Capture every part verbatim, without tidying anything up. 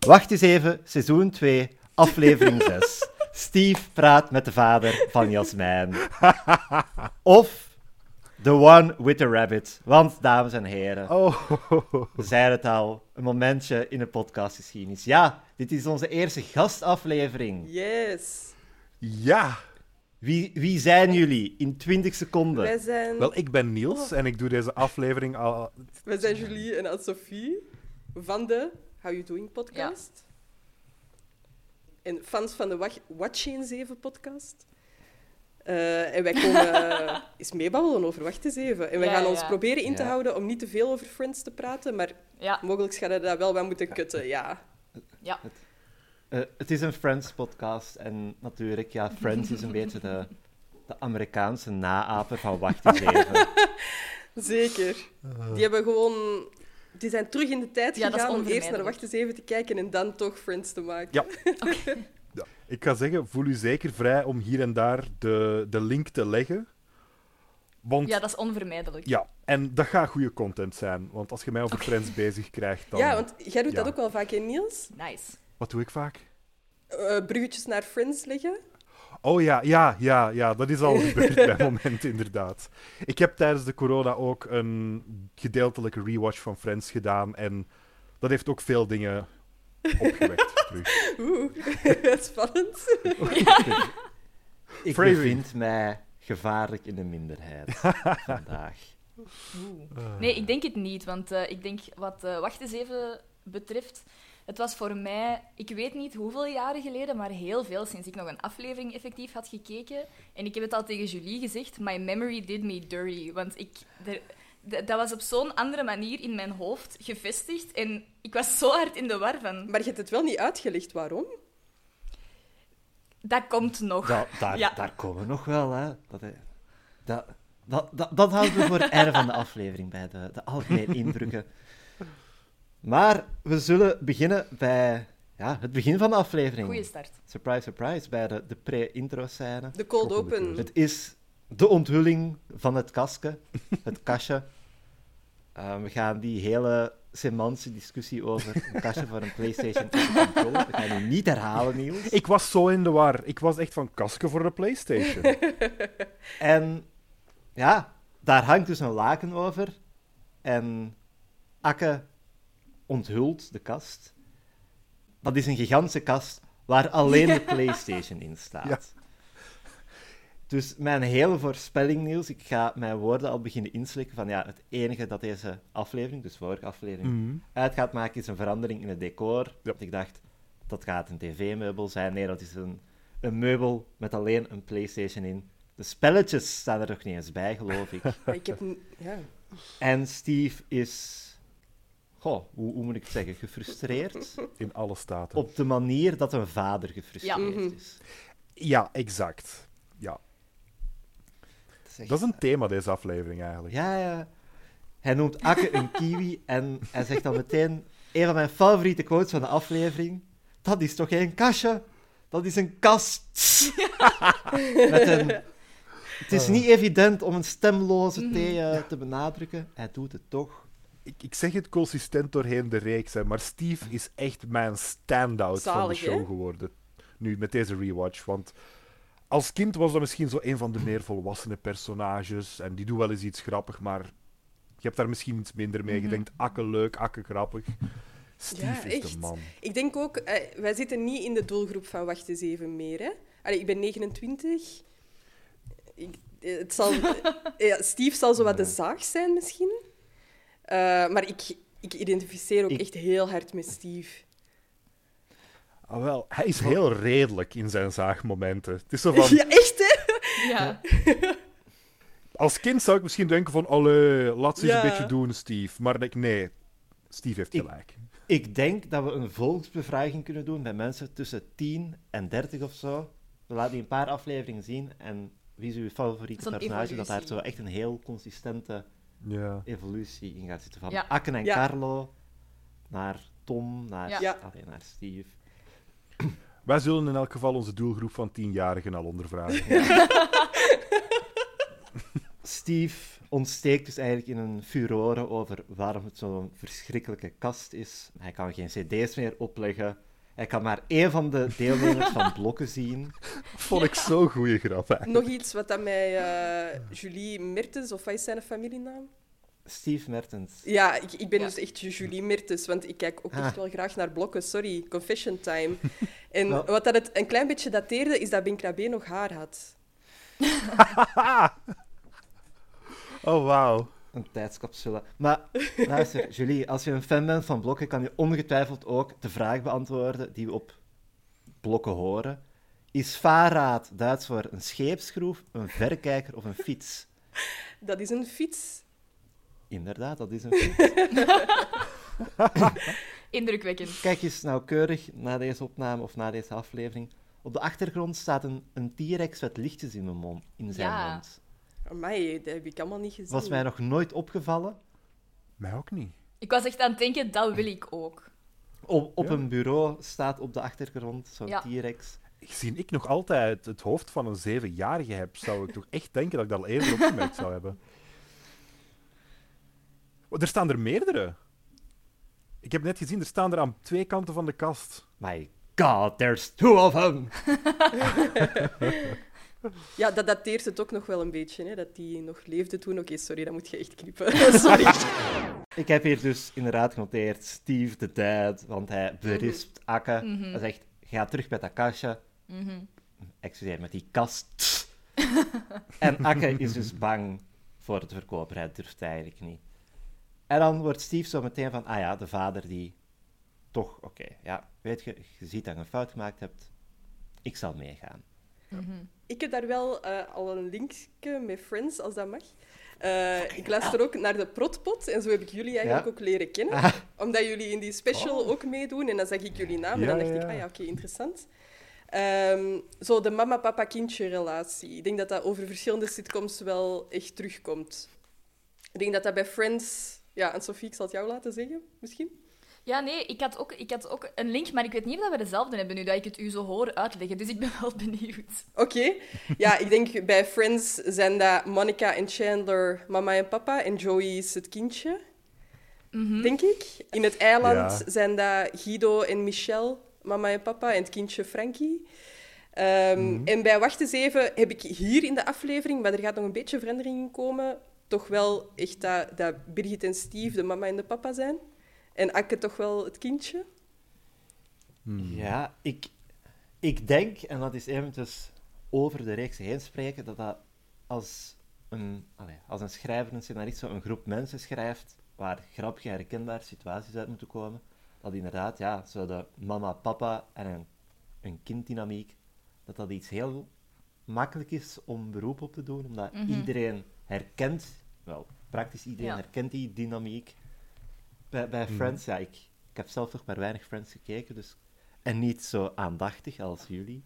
Wacht eens even, seizoen twee, aflevering zes. Steve praat met de vader van Jasmijn. Of The One with the Rabbit. Want, dames en heren, Oh. we zeiden het al, een momentje in de podcastgeschiedenis. Ja, dit is onze eerste gastaflevering. Yes. Ja. Wie, wie zijn jullie in twintig seconden? Wij zijn, Wel, ik ben Niels Oh. en ik doe deze aflevering al... wij zijn Julie en Anne-Sophie van de How You Doing podcast. En fans van de Wach- Watch zeven podcast. Uh, en wij komen uh, eens meebabbelen over Wacht eens even. En we Ja, gaan ja, ons ja. proberen in te Ja. houden om niet te veel over Friends te praten, maar Ja, mogelijk gaan we dat wel wat moeten kutten, ja. ja. Uh, het is een Friends-podcast en natuurlijk, ja, Friends is een beetje de, de Amerikaanse naaper van Wacht eens even. Zeker. Die hebben gewoon... Die zijn terug in de tijd Ja, dat is gegaan om eerst naar onvermijdelijk. Wacht eens even te kijken en dan toch Friends te maken. Ja. Ja. Ik ga zeggen, voel u zeker vrij om hier en daar de, de link te leggen. Want... Ja, dat is onvermijdelijk. Ja, en dat gaat goede content zijn. Want als je mij over Friends bezig krijgt, dan... Ja, want jij doet dat Ja. ook wel vaak, hè, Niels? Nice. Wat doe ik vaak? Uh, bruggetjes naar Friends leggen. Oh ja, ja, ja, ja, dat is al gebeurd bij momenten, inderdaad. Ik heb tijdens de corona ook een gedeeltelijke rewatch van Friends gedaan en dat heeft ook veel dingen opgewekt terug. Oeh, spannend. Ik Phrasing. bevind mij gevaarlijk in de minderheid vandaag. Oeh. Nee, ik denk het niet, want uh, ik denk wat uh, Wacht eens even betreft, het was voor mij, ik weet niet hoeveel jaren geleden, maar heel veel sinds ik nog een aflevering effectief had gekeken. En ik heb het al tegen Julie gezegd, my memory did me dirty, want ik... Er, d- dat was op zo'n andere manier in mijn hoofd gevestigd en ik was zo hard in de war van... Maar je hebt het wel niet uitgelegd waarom. Dat komt nog. Da- daar, Ja. daar komen we nog wel, hè. Dat, eh, dat, dat, dat, dat houden we voor het einde van de aflevering, bij de, de algemene indrukken. Maar we zullen beginnen bij ja, het begin van de aflevering. Goeie start. Surprise, surprise, bij de, de pre-intro-scène. De cold Kloppende open. kleur. Het is de onthulling van het kastje, het kastje. Uh, we gaan die hele semantische discussie over een kastje voor een PlayStation en een controller. We gaan die niet herhalen, Niels. Ik was zo in de war. Ik was echt van kasken voor de PlayStation. En ja, daar hangt dus een laken over. En Akke onthult de kast. Dat is een gigantische kast waar alleen de PlayStation in staat. Ja. Dus mijn hele voorspelling, Niels, ik ga mijn woorden al beginnen inslikken van ja, het enige dat deze aflevering, dus vorige aflevering, Mhm. uit gaat maken is een verandering in het decor. Ja. Want ik dacht, dat gaat een tv-meubel zijn. Nee, dat is een, een meubel met alleen een PlayStation in. De spelletjes staan er nog niet eens bij, geloof ik. Maar ik heb... n- Ja. En Steve is... Goh, hoe, hoe moet ik het zeggen? Gefrustreerd In alle staten. op de manier dat een vader gefrustreerd Ja. Mhm. is. Ja, exact. Ja. echt- Dat is een thema, deze aflevering, eigenlijk. Ja, ja. Hij noemt Akke een kiwi en hij zegt dan meteen een van mijn favoriete quotes van de aflevering. Dat is toch geen kastje? Dat is een kast. Met een... Het is niet evident om een stemloze T eh, te benadrukken. Hij doet het toch. Ik, ik zeg het consistent doorheen de reeks, hè, maar Steve is echt mijn standout van de Zalig, show hè? geworden. Nu, met deze rewatch. Want als kind was dat misschien zo een van de meer volwassene personages. En die doet wel eens iets grappig, maar je hebt daar misschien iets minder mee. Je denkt, akke leuk, akke grappig. Steve Ja, is echt. de man. Ik denk ook... eh, wij zitten niet in de doelgroep van Wacht eens even meer, hè. Allee, ik ben negenentwintig. Ik, eh, het zal, eh, ja, Steve zal zo wat de zaag zijn, misschien. Eh, maar ik, ik identificeer ook Ik- echt heel hard met Steve. Ah, wel, hij is heel redelijk in zijn zaagmomenten. Het is zo van... Ja, echt, hè? Ja. Als kind zou ik misschien denken van, allee, laat ze eens Ja. een beetje doen, Steve. Maar ik, nee, Steve heeft Ik- gelijk. Ik denk dat we een volksbevraging kunnen doen bij mensen tussen tien en dertig of zo. We laten die een paar afleveringen zien en wie is uw favoriete Zo'n personage? Dat daar evolutie. zo echt een heel consistente Ja. evolutie in gaat zitten. Van Ja. Akken en Ja. Carlo naar Tom, naar, Ja. Ja. allee, naar Steve. Wij zullen in elk geval onze doelgroep van tienjarigen al ondervragen. Steve ontsteekt dus eigenlijk in een furore over waarom het zo'n verschrikkelijke kast is. Hij kan geen cd's meer opleggen. Hij kan maar één van de deelnemers van blokken zien. Vond ik zo'n goede grap, eigenlijk. Nog iets wat dat mij uh, Julie Mertens, of wat is zijn familienaam? Steve Mertens. Ja, ik, ik ben Ja. dus echt Julie Mertens, want ik kijk ook Ah. echt wel graag naar blokken. Sorry, confession time. En Wel. wat dat het een klein beetje dateerde, is dat Ben Krabbe nog haar had. Oh, wauw. Een tijdscapsule. Maar luister, Julie, als je een fan bent van blokken, kan je ongetwijfeld ook de vraag beantwoorden die we op blokken horen. Is vaarraad Duits voor een scheepsschroef, een verrekijker of een fiets? Dat is een fiets. Inderdaad, dat is een fiets. Indrukwekkend. Kijk eens nauwkeurig naar deze opname of naar deze aflevering. Op de achtergrond staat een, een T-Rex met lichtjes in, mijn mond, in zijn Ja. mond. Amai, dat heb ik allemaal niet gezien. Was mij nog nooit opgevallen. Mij ook niet. Ik was echt aan het denken, dat wil ik ook. Op, op Ja. een bureau staat op de achtergrond zo'n Ja. T-Rex. Gezien ik nog altijd het hoofd van een zevenjarige heb, zou ik toch echt denken dat ik dat al eerder opgemerkt zou hebben. Oh, er staan er meerdere. Ik heb net gezien, er staan er aan twee kanten van de kast. My god, there's two of them! Ja, dat dateert het ook nog wel een beetje, hè, dat die nog leefde toen. Oké, sorry, dat moet je echt knippen. Sorry. Ik heb hier dus inderdaad genoteerd Steve the Dad, want hij berispt Akke. Mhm. Hij zegt, ga terug met dat kastje. Mhm. Excuseer, met die kast. En Akke is dus bang voor de verkoper, hij durft eigenlijk niet. En dan wordt Steve zo meteen van, ah ja, de vader die toch, oké, ja, weet je, je ziet dat je een fout gemaakt hebt, ik zal meegaan. Mhm. Ik heb daar wel eh, al een linkje met Friends, als dat mag. Eh, ik luister ook naar de Protpot en zo heb ik jullie eigenlijk Ja. ook leren kennen. Ah, Omdat jullie in die special Oh. ook meedoen en dan zag ik jullie naam en Ja, dan dacht ja, ik, ja. ah ja, oké, interessant. Ehm, zo de mama-papa-kindje relatie. Ik denk dat dat over verschillende sitcoms wel echt terugkomt. Ik denk dat dat bij Friends... Ja, en Sophie, ik zal het jou laten zeggen, misschien? Ja, nee, ik had, ook, ik had ook een link, maar ik weet niet of we dezelfde hebben nu dat ik het u zo hoor uitleggen. Dus ik ben wel benieuwd. Oké. Ja, ik denk bij Friends zijn dat Monica en Chandler mama en papa en Joey is het kindje, Mhm. denk ik. In het eiland Ja. zijn dat Guido en Michelle mama en papa en het kindje Frankie. Ehm, Mhm. En bij Wacht eens even heb ik hier in de aflevering, maar er gaat nog een beetje verandering in komen, toch wel echt dat, dat Birgit en Steve de mama en de papa zijn. En Akke toch wel het kindje. Hmm. ja, ik, ik denk, en dat is eventjes over de reeks heen spreken, dat dat als een, allee, als een schrijver, een scenarist, zo een groep mensen schrijft waar grappige, herkenbare situaties uit moeten komen, dat inderdaad, ja, zo de mama, papa en een, een kinddynamiek, dat dat iets heel makkelijk is om beroep op te doen, omdat Mhm. iedereen herkent, wel, praktisch iedereen Ja. herkent die dynamiek. Bij, bij Mhm. Friends, ja, ik, ik heb zelf nog maar weinig Friends gekeken, dus, en niet zo aandachtig als jullie.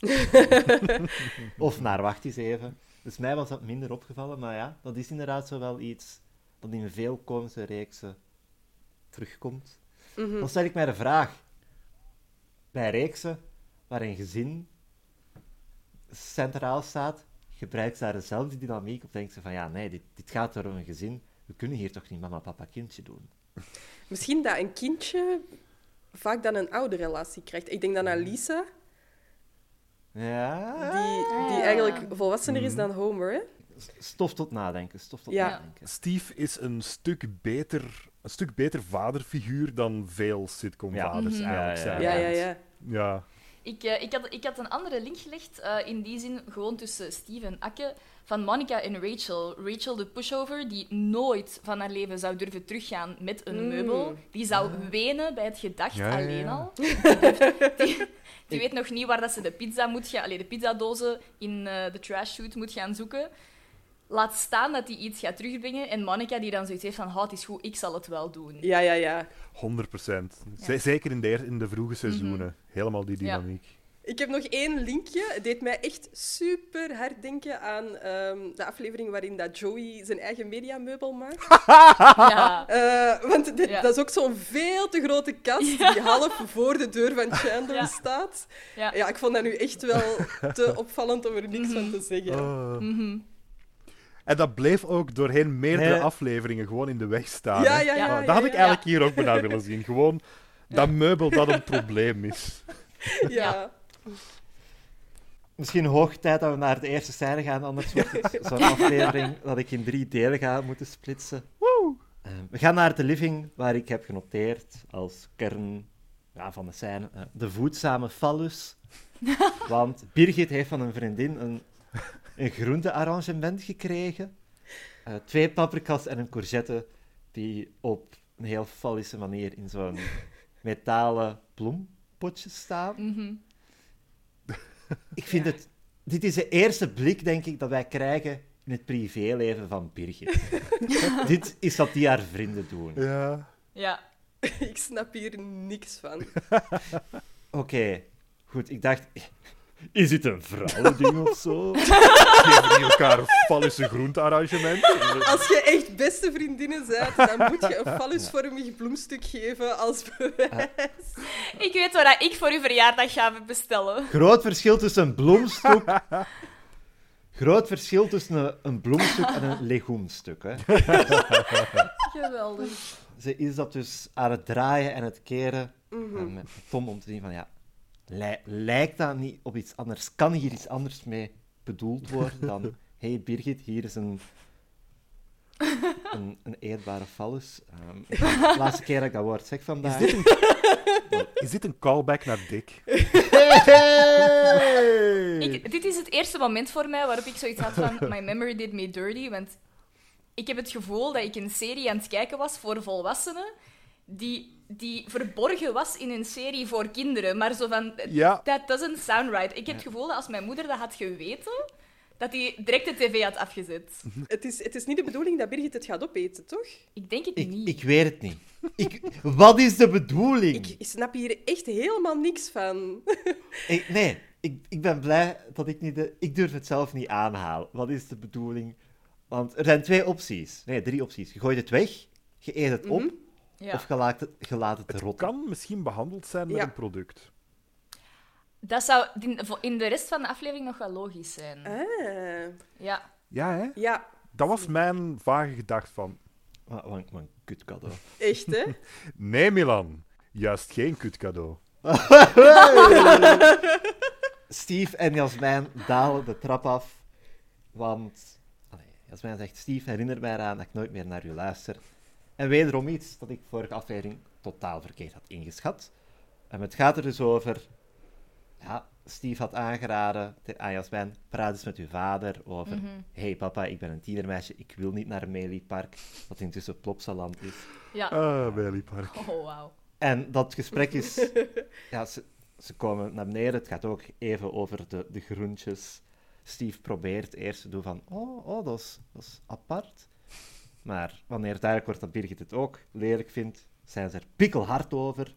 Of naar Wacht eens even. Dus mij was dat minder opgevallen, maar ja, dat is inderdaad zo wel iets dat in veel komische reeksen terugkomt. Mhm. Dan stel ik mij de vraag, bij reeksen waar een gezin centraal staat, gebruikt ze daar dezelfde dynamiek of denkt ze van ja, nee, dit, dit gaat over een gezin, we kunnen hier toch niet mama, papa, kindje doen. Misschien dat een kindje vaak dan een oude relatie krijgt. Ik denk dan aan Lisa, Ja, die, die Ah. eigenlijk volwassener is Mhm. dan Homer. Hè? stof tot nadenken, stof tot Ja. nadenken. Steve is een stuk beter, een stuk beter vaderfiguur dan veel sitcomvaders Ja. Mhm. eigenlijk Ja, zijn. Ja, ja, ja. Ja. Ik, eh, ik, had, ik had een andere link gelegd, eh, in die zin gewoon tussen Steve en Akke, van Monica en Rachel. Rachel, de pushover, die nooit van haar leven zou durven teruggaan met een Mm. meubel. Die zou wenen bij het gedacht Ja, ja, ja. alleen al. Die, durft- die, die weet nog niet waar dat ze de pizza moet gaan... Allee, de pizzadozen in eh, de trash chute moet gaan zoeken. Laat staan dat hij iets gaat terugbrengen. En Monica die dan zoiets heeft van, houd is goed, ik zal het wel doen. Ja, ja, ja. honderd procent. Ja. Zeker in de, eer- in de vroege seizoenen. Mhm. Helemaal die Ja. dynamiek. Ik heb nog één linkje. Het deed mij echt super hard denken aan ehm, de aflevering waarin dat Joey zijn eigen mediameubel maakt. Ja. Eh, want dit- Ja. dat is ook zo'n veel te grote kast Ja. die half voor de deur van Chandler Ja. staat. Ja. Ja, ik vond dat nu echt wel te opvallend om er niks van te zeggen. Oh. Mhm. En dat bleef ook doorheen meerdere Nee. afleveringen gewoon in de weg staan. Ja, hè. ja, ja. Nou, ja, dat had ik ja. eigenlijk hier ook bijna willen zien. Gewoon dat meubel dat een probleem is. Ja. Misschien hoog tijd dat we naar de eerste scène gaan, anders wordt het zo'n aflevering dat ik in drie delen ga moeten splitsen. Woe! Uh, we gaan naar de living, waar ik heb genoteerd als kern ja, van de scène uh, de voedzame fallus. Want Birgit heeft van een vriendin een, een groentearrangement gekregen. Uh, twee paprika's en een courgette die op een heel fallische manier in zo'n metalen bloempotje staan. Mhm. Ik vind het... Dit is de eerste blik, denk ik, dat wij krijgen in het privéleven van Birgit. Dit is wat die haar vrienden doen. Oké, Ja. Ja. Ik snap hier niks van. goed. Ik dacht... Is dit een vrouwending of zo? Geven die elkaar een fallische groentearrangement? Als je echt beste vriendinnen bent, dan moet je een fallusvormig bloemstuk geven als bewijs. Ik weet wat ik voor uw verjaardag ga bestellen. Groot verschil tussen een bloemstuk... Groot verschil tussen een, een bloemstuk en een leguumstuk, hè. Geweldig. Ze is dat dus aan het draaien en het keren. Mhm. En met Tom om te zien van, ja... li- lijkt dat niet op iets anders? Kan hier iets anders mee bedoeld worden dan... hey Birgit, hier is een... Een, een eetbare fallus. Um, laatste keer dat ik dat woord zeg vandaag. Is dit een, is dit een callback naar Dick? Ik, dit is het eerste moment voor mij waarop ik zoiets had van... My memory did me dirty, want... Ik heb het gevoel dat ik een serie aan het kijken was voor volwassenen die, die verborgen was in een serie voor kinderen. Maar zo van... Ja. That doesn't sound right. Ik heb het gevoel dat als mijn moeder dat had geweten, dat hij direct de tv had afgezet. Het is, het is niet de bedoeling dat Birgit het gaat opeten, toch? Ik denk het Ik, niet. ik weet het niet. Ik, wat is de bedoeling? Ik snap hier echt helemaal niks van. Ik- nee, ik, ik ben blij dat ik niet... De, ik durf het zelf niet aanhalen. Wat is de bedoeling? Want er zijn twee opties. Nee, drie opties. Je gooit het weg, je eet het op, Mhm. Ja. of je laat het, je laat het Het rotten. kan misschien behandeld zijn met Ja. een product. Dat zou in- in de rest van de aflevering nog wel logisch zijn. Ah, Ja. Ja, hè? ja, Dat was mijn vage gedachte van... Wat wat- wat een kut cadeau. echt, hè? Nee, Milan. Juist geen kut cadeau. Steve en Jasmijn dalen de trap af, want... Allee, Jasmijn zegt, Steve, herinner mij eraan dat ik nooit meer naar u luister. En wederom iets dat ik vorige aflevering totaal verkeerd had ingeschat. En het gaat er dus over... Ja, Steve had aangeraden te- aan Jasmijn, praat eens met uw vader over... Mhm. hey papa, ik ben een tienermeisje, ik wil niet naar een Meliepark, wat intussen Plopsaland is. Ja. Ah, Bailey Park. Oh, wauw. En dat gesprek is... Ja, ze, ze komen naar beneden. Het gaat ook even over de, de groentjes. Steve probeert eerst te doen van... Oh, oh dat, is, dat is apart. Maar wanneer duidelijk wordt dat Birgit het ook lelijk vindt, zijn ze er pikkelhard over.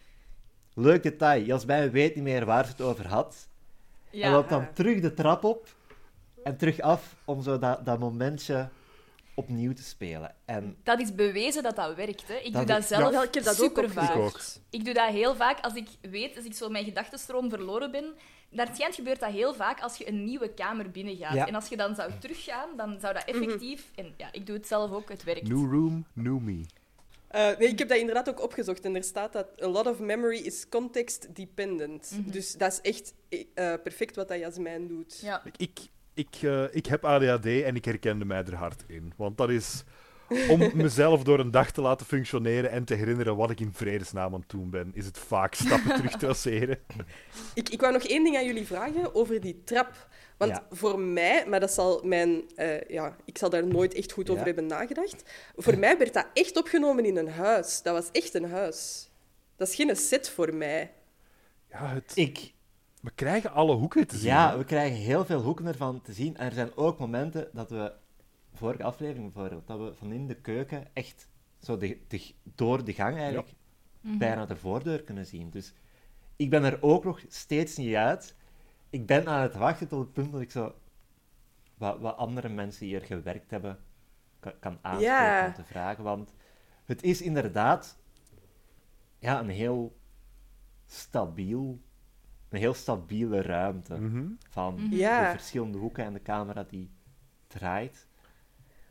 Leuk detail. Jasmijn weet niet meer waar ze het over had. En Ja. loopt dan terug de trap op en terug af om zo dat, dat momentje opnieuw te spelen. En Dat is bewezen dat dat werkt. Hè. Ik Dat doe is- dat zelf Ja, ik heb dat ook super vaak. Ik ook. Ik doe dat heel vaak als ik weet, als ik zo mijn gedachtenstroom verloren ben. Naar het schijnt gebeurt dat heel vaak als je een nieuwe kamer binnengaat. Ja. En als je dan zou teruggaan, dan zou dat effectief... En ja, ik doe het zelf ook, het werkt. New room, new me. Eh, nee, ik heb dat inderdaad ook opgezocht en er staat dat a lot of memory is context dependent. Mhm. Dus dat is echt eh, perfect wat dat Jasmijn doet. Ja. Ik, ik, eh, ik heb A D H D en ik herkende mij er hard in. Want dat is om mezelf door een dag te laten functioneren en te herinneren wat ik in vredesnaam aan het doen ben, is het vaak stappen terug traceren. Ik, ik wou nog één ding aan jullie vragen over die trap. Want Ja. voor mij, maar dat zal mijn, eh, ja, ik zal daar nooit echt goed over Ja. hebben nagedacht. Voor mij werd dat echt opgenomen in een huis. Dat was echt een huis. Dat is geen set voor mij. Ja, het, ik... we krijgen alle hoeken te zien. Ja, hè. we krijgen heel veel hoeken ervan te zien. En er zijn ook momenten dat we, vorige aflevering bijvoorbeeld, dat we van in de keuken echt zo de, de, door de gang eigenlijk Mhm. bijna de voordeur kunnen zien. Dus ik ben er ook nog steeds niet uit. Ik ben aan het wachten tot het punt dat ik zo wat, wat andere mensen hier gewerkt hebben kan, kan aanspreken Ja. om te vragen. Want het is inderdaad ja, een heel stabiel, een heel stabiele ruimte Mhm. van Mhm. Ja. de verschillende hoeken en de camera die draait.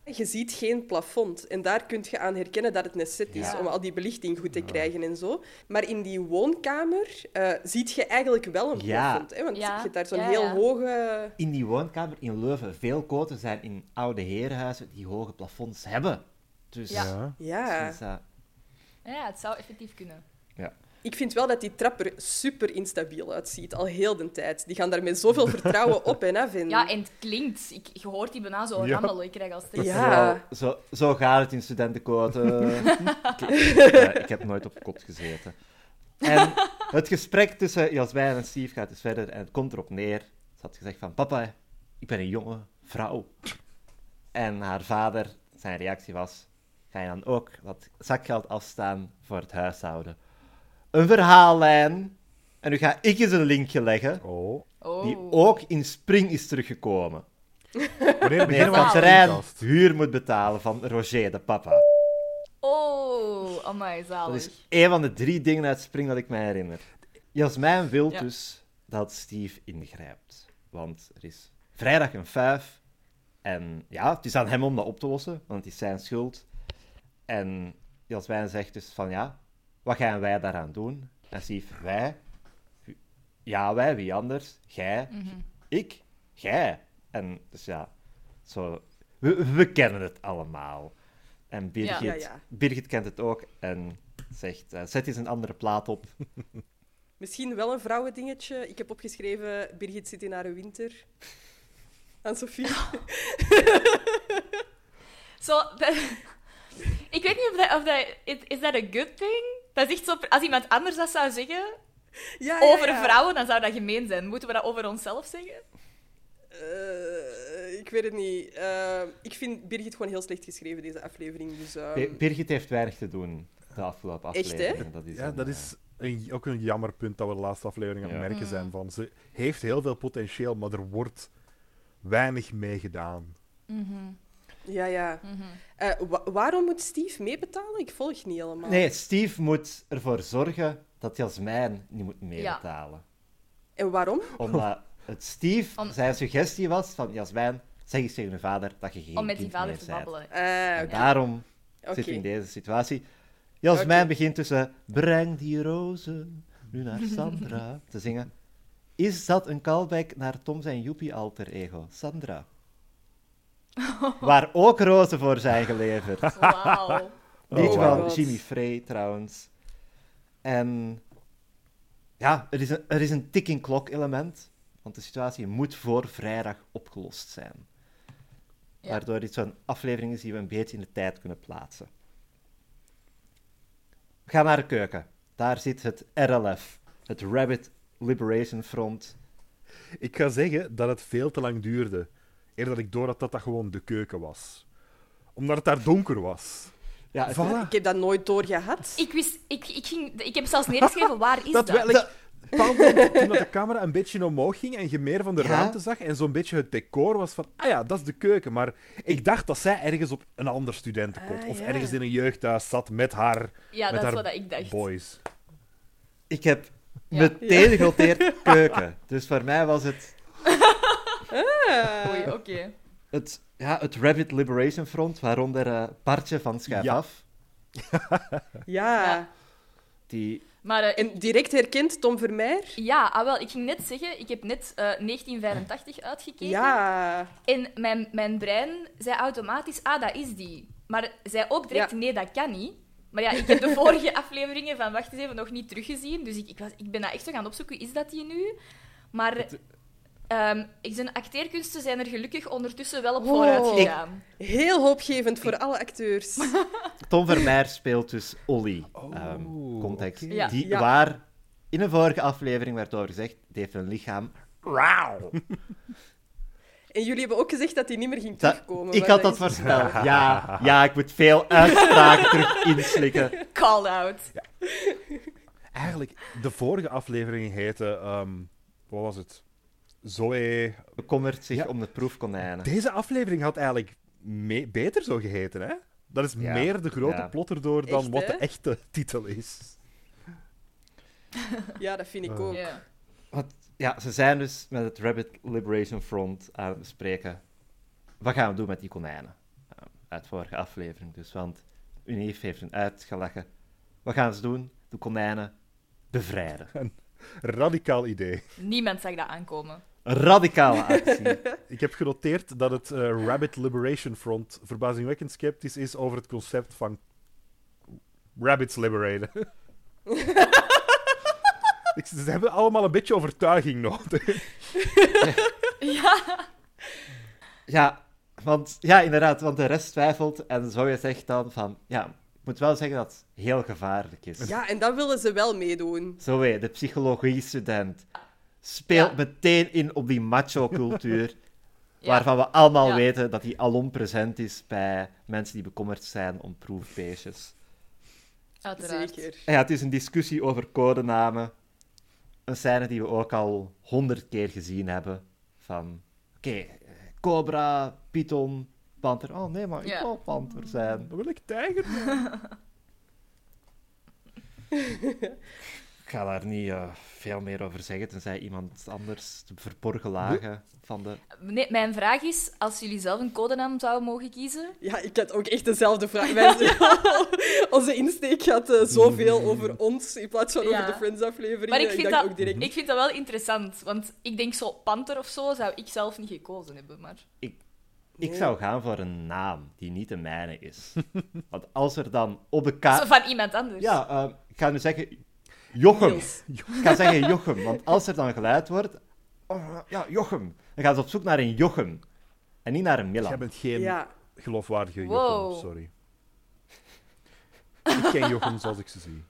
Je ziet geen plafond. En daar kun je aan herkennen dat het een set is, Ja. om al die belichting goed te krijgen en zo. Maar in die woonkamer uh, ziet je eigenlijk wel een Ja. plafond. Hè? Want Ja. je hebt daar zo'n Ja, heel ja. hoge... In die woonkamer in Leuven, veel koten zijn in oude herenhuizen die hoge plafonds hebben. Dus, Ja. Ja. dus, uh, Ja, het zou effectief kunnen. Ik vind wel dat die trap er super instabiel uitziet, al heel de tijd. Die gaan daar met zoveel vertrouwen op en af. En... Ja, en het klinkt. Ik, je hoort die bijna zo Ja. rammelen. Ik krijg al stress. Ja. Zo, zo, zo gaat het in studentenkoten. ik, uh, ik heb nooit op kot gezeten. En het gesprek tussen Jasmijn en Steve gaat dus verder en het komt erop neer. Ze had gezegd van, papa, ik ben een jonge vrouw. En haar vader, zijn reactie was, ga je dan ook wat zakgeld afstaan voor het huishouden? Een verhaallijn. En nu ga ik eens een linkje leggen, Oh. Oh. die ook in Spring is teruggekomen. Wanneer Nee, beginnen we van aan de terrein podcast? huur moet betalen van Roger, de papa. Oh, amai, Dat zalig. is één van de drie dingen uit Spring dat ik me herinner. Jasmijn wil Ja. dus dat Steve ingrijpt. Want er is vrijdag een vijf. En ja, het is aan hem om dat op te lossen, want het is zijn schuld. En Jasmijn zegt dus van ja, wat gaan wij daaraan doen? En Steve, wij? Ja, wij, wie anders? Jij? Mhm. Ik? Jij? En dus ja, zo, we, we kennen het allemaal. En Birgit, Ja, ja. Birgit kent het ook en zegt, uh, zet eens een andere plaat op. Misschien wel een vrouwendingetje. Ik heb opgeschreven, Birgit zit in haar winter. Aan Sophie. Zo, dat- ik weet niet of dat... Of dat is is dat een good thing? Dat is echt zo... Als iemand anders dat zou zeggen Ja, ja, over ja. vrouwen, dan zou dat gemeen zijn. Moeten we dat over onszelf zeggen? Eh, ik weet het niet. Eh, ik vind Birgit gewoon heel slecht geschreven, deze aflevering. Dus, ehm, Bir- Birgit heeft weinig te doen de afgelopen Echt, hè? aflevering. Dat is Ja, een, dat uh, is een, ook een jammer punt dat we de laatste aflevering aan het Ja. merken Mhm. zijn. Van. Ze heeft heel veel potentieel, maar er wordt weinig mee gedaan. ja, ja. Mhm. Eh, wa- waarom moet Steve meebetalen? Ik volg niet helemaal. Nee, Steve moet ervoor zorgen dat Jasmijn niet moet meebetalen. En waarom? Omdat het Steve Om- zijn suggestie was van Jasmijn, zeg eens tegen je vader dat je geen Om met die kind vader meer te bent. babbelen. Ah, En oké. daarom Oké. zit we in deze situatie. Jasmijn Oké. begint tussen breng die rozen nu naar Sandra te zingen. Is dat een callback naar Tom zijn joepie alter ego, Sandra? Waar ook rozen voor zijn geleverd. Wauw. Liedje Oh my van God. Jimmy Frey, trouwens. En ja, er is een, er is een ticking clock element, want de situatie moet voor vrijdag opgelost zijn. Ja. Waardoor dit zo'n aflevering is die we een beetje in de tijd kunnen plaatsen. We gaan naar de keuken. Daar zit het R L F, het Rabbit Liberation Front. Ik ga zeggen dat het veel te lang duurde, eer dat ik door had dat dat gewoon de keuken was. Omdat het daar donker was. Ja, het- Voilà. Ik heb dat nooit doorgehad. Ik wist... Ik, ik, ging, ik heb zelfs neergeschreven, waar is Dat dat? wel, like, bepaald moment, toen dat de camera een beetje omhoog ging en je meer van de Ja. ruimte zag en zo'n beetje het decor was van, ah ja, dat is de keuken. Maar ik dacht dat zij ergens op een ander studentenkot Ah, of ja. ergens in een jeugdhuis zat met haar, Ja, met dat is haar wat ik dacht. boys. Ik heb Ja. meteen genoteerd keuken. Dus voor mij was het Ah. Oei, oké. het, ja, het Rabbit Liberation Front, waaronder eh Bartje van Schuif Ja. Af. Ja. Ja. Die, Maar eh, En direct herkend Tom Vermeer? ja, ah, wel, ik ging net zeggen, ik heb net eh, negentien vijfentachtig uitgekeken. Ja. En mijn, mijn brein zei automatisch, ah, dat is die. Maar zei ook direct, Ja. nee, dat kan niet. Maar ja, ik heb de vorige afleveringen van Wacht eens even nog niet teruggezien. Dus ik, ik, was, ik ben dat echt zo gaan opzoeken, is dat die nu? Maar ehm, zijn acteerkunsten zijn er gelukkig ondertussen wel op Oh. vooruit Ik- gegaan. Heel hoopgevend voor alle acteurs. Tom Vermeer speelt dus Ollie. Oh, Ehm, context. oké. Ja. Die, Ja. Waar in een vorige aflevering werd over gezegd, die heeft een lichaam. Rauw. En jullie hebben ook gezegd dat hij niet meer ging Dat- terugkomen. ik maar had dat dat is- voorspeld. Ja, ja, ik moet veel uitspraken terug inslikken. Call out. Eigenlijk, de vorige aflevering heette, ehm, wat was het? Zoe. Bekommert zich Ja. om de proefkonijnen. Deze aflevering had eigenlijk me- beter zo geheten, hè? Dat is Ja. meer de grote Ja. plot erdoor dan Echt, wat de hè? echte titel is. Ja, dat vind ik Oh. ook. Ja. Want, ja, ze zijn dus met het Rabbit Liberation Front aan het bespreken. Wat gaan we doen met die konijnen? Uh, uit vorige aflevering. Dus, want uw neef heeft hen uitgelachen. Wat gaan ze doen? De konijnen bevrijden. Radicaal idee. Niemand zag dat aankomen. Een radicale actie. Ik heb genoteerd dat het uh, Rabbit Liberation Front verbazingwekkend sceptisch is over het concept van rabbits liberaten. Ik, ze hebben allemaal een beetje overtuiging nodig. Ja. Ja, want, ja, inderdaad, want de rest twijfelt en zo je zegt dan van, ja, ik moet wel zeggen dat het heel gevaarlijk is. Ja, en dat willen ze wel meedoen. Zo hé, de psychologie-student speelt Ja. meteen in op die macho-cultuur, Ja. waarvan we allemaal Ja. weten dat die alom present is bij mensen die bekommerd zijn om proefbeestjes. Uiteraard. Zeker. En ja, het is een discussie over codenamen. Een scène die we ook al honderd keer gezien hebben. Van, oké, okay, cobra, python, panter. Oh nee, maar ik Ja. wil panter zijn. Dan wil ik tijger. Ik ga daar niet uh, veel meer over zeggen, tenzij iemand anders de verborgen lagen van de... Nee, mijn vraag is, als jullie zelf een codenaam zouden mogen kiezen... Ja, ik had ook echt dezelfde vraag. Wij- Onze insteek gaat uh, zoveel over ons in plaats van Ja. over de Friends-aflevering. Maar ik ik vind, dacht dat, ook direct... ik vind dat wel interessant, want ik denk zo panter of zo zou ik zelf niet gekozen hebben, maar... Ik Nee. zou gaan voor een naam die niet de mijne is. Want als er dan op de Zo kaart... van iemand anders. Ja, uh, ik ga nu zeggen... Jochem. Niels. Ik ga zeggen Jochem, want als er dan geluid wordt... Oh, ja, Jochem. Dan gaan ze op zoek naar een Jochem. En niet naar een Milan. Jij bent geen Ja. geloofwaardige Wow. Jochem, sorry. Ik ken Jochem zoals ik ze zie.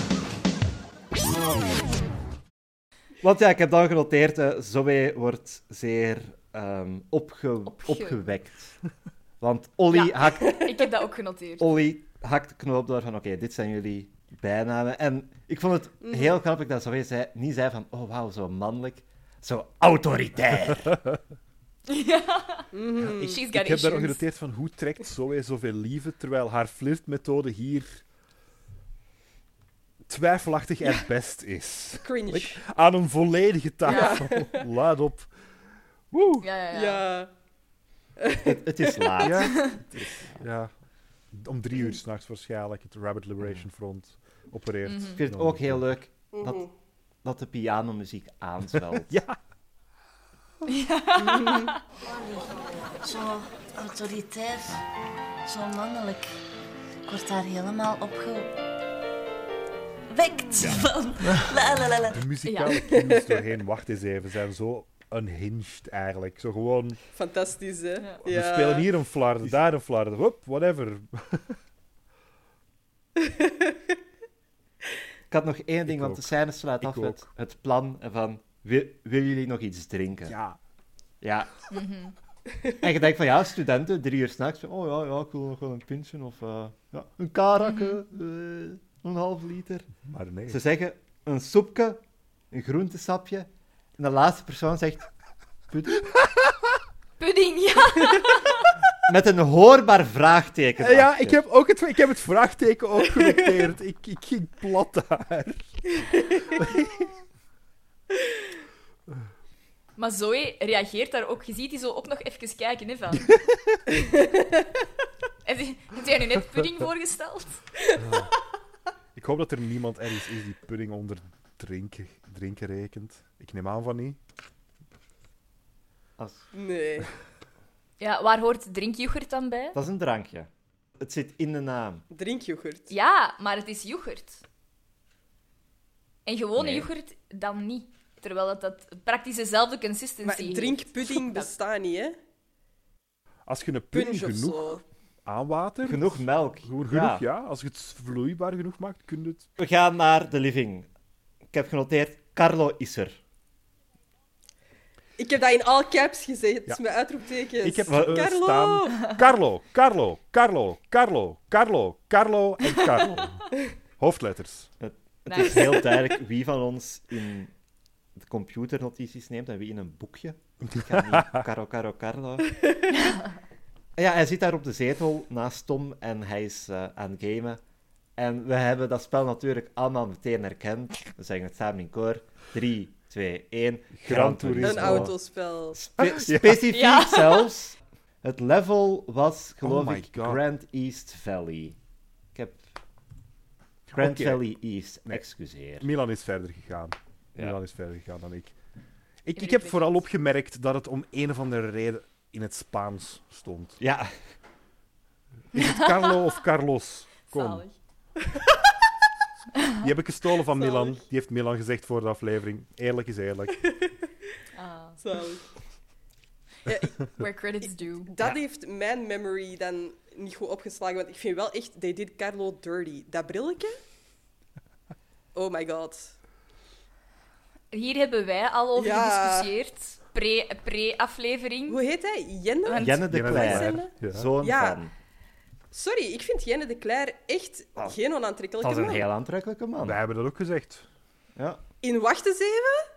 Want ja, ik heb dan genoteerd, uh, Zoe wordt zeer um, opge Opge- opgewekt. Want Olly Ja. hakt, Ik heb dat ook genoteerd. Olly hakt de knoop door van, oké, dit zijn jullie bijnamen. En ik vond het heel grappig dat Zoe zei, niet zei van, oh wauw, zo mannelijk, zo autoritair. Ja. Mhm. She's got Ik heb issues. daar ook genoteerd van hoe trekt Zoe zoveel liefde, terwijl haar flirtmethode hier twijfelachtig at best is. Cringe. Like, aan een volledige tafel. Laat op. Woe. Ja, ja, ja. Ja. het, het is laat. Ja, het is- ja. Om drie uur s'nachts waarschijnlijk het Rabbit Liberation Front opereert. Mhm. Ik vind het ook heel leuk dat, Mhm. dat de pianomuziek aanzwelt. Ja, Zo autoritair, zo mannelijk. Ik word daar helemaal opgewekt van. La, la, la, la. de muzikale cues doorheen, wacht eens even, zijn zo unhinged eigenlijk. Zo gewoon, Fantastisch, hè? Ja. we spelen hier een flarden, daar een flarden, hop, whatever. Ik had nog één ding, Ik want ook. de scène sluit Ik af met ook. het plan van, wil, willen jullie nog iets drinken? Ja, Ja. Mhm. En je denkt van, ja, studenten, drie uur s'nachts, oh ja, ja, ik wil nog wel een pintje of uh, ja, een karakje, Mhm. uh, een half liter. maar nee. Ze zeggen een soepje, een groentesapje, en de laatste persoon zegt pudding, Pudding, ja. met een hoorbaar vraagteken. Eh, Ja, achter. ik heb, ook het, ik heb het vraagteken ook genoteerd. ik, ik ging plat daar. Maar Zoe reageert daar ook. Je ziet die zo ook nog even kijken, hè, van... Heb je heb jij nu net pudding voorgesteld? Ik hoop dat er niemand ergens is die pudding onder drinken, drinken rekent. Ik neem aan van niet. Als- Nee. Ja, waar hoort drinkyoghurt dan bij? Dat is een drankje. Het zit in de naam. Drinkyoghurt. Ja, maar het is yoghurt. En gewone Nee. yoghurt dan niet. Terwijl het dat praktisch dezelfde consistency Maar heeft. drinkpudding bestaat niet, hè? Als je een pudding Punch of genoeg zo. aanwatert, Genoeg melk. Gewoon Ja. genoeg, ja. Als je het vloeibaar genoeg maakt, kun je het... We gaan naar de living. Ik heb genoteerd, Carlo is er. Ik heb dat in all caps gezegd, Ja. met uitroeptekens. Ik heb Wat- eh, Carlo! staan... Carlo, Carlo, Carlo, Carlo, Carlo, Carlo en Carlo. Hoofdletters. Het Nice. is heel duidelijk wie van ons in de computernotities neemt en wie in een boekje. Ik ga niet Caro, Caro, Carlo. Ja, hij zit daar op de zetel naast Tom en hij is eh, aan het gamen. En we hebben dat spel natuurlijk allemaal meteen herkend. We zeggen het samen in koor. drie, twee, één. Gran Turismo. Een autospel. Spe- specifiek Ja. zelfs. Het level was, geloof Oh my ik, God. Grand East Valley. Ik heb... Grand Oké. Valley East, Nee. excuseer. Milan is verder gegaan. Ja. Milan is verder gegaan dan ik. Ik, ben ik heb niet vooral bekend. opgemerkt dat het om een of andere reden in het Spaans stond. Ja, Is het Carlo of Carlos? Kom. Zalig. Die heb ik gestolen van Zalig. Milan. Die heeft Milan gezegd voor de aflevering. Eerlijk is eerlijk. Ah, Zalig. Ja, ik- where credits due. dat Ja. heeft mijn memory dan niet goed opgeslagen, want ik vind wel echt, they did Carlo dirty. Dat brilletje? Oh my god. Hier hebben wij al over Ja. gediscussieerd. Pre- Pre-aflevering. Hoe heet hij? Jenne? Want- Jenne de Jenne Cler. Cler. Ja. Zoon Ja. van. Sorry, ik vind Jenne de Cler echt Oh, geen Dat onaantrekkelijke is een man. heel aantrekkelijke man. Wij hebben dat ook gezegd. Ja. In Wacht eens even?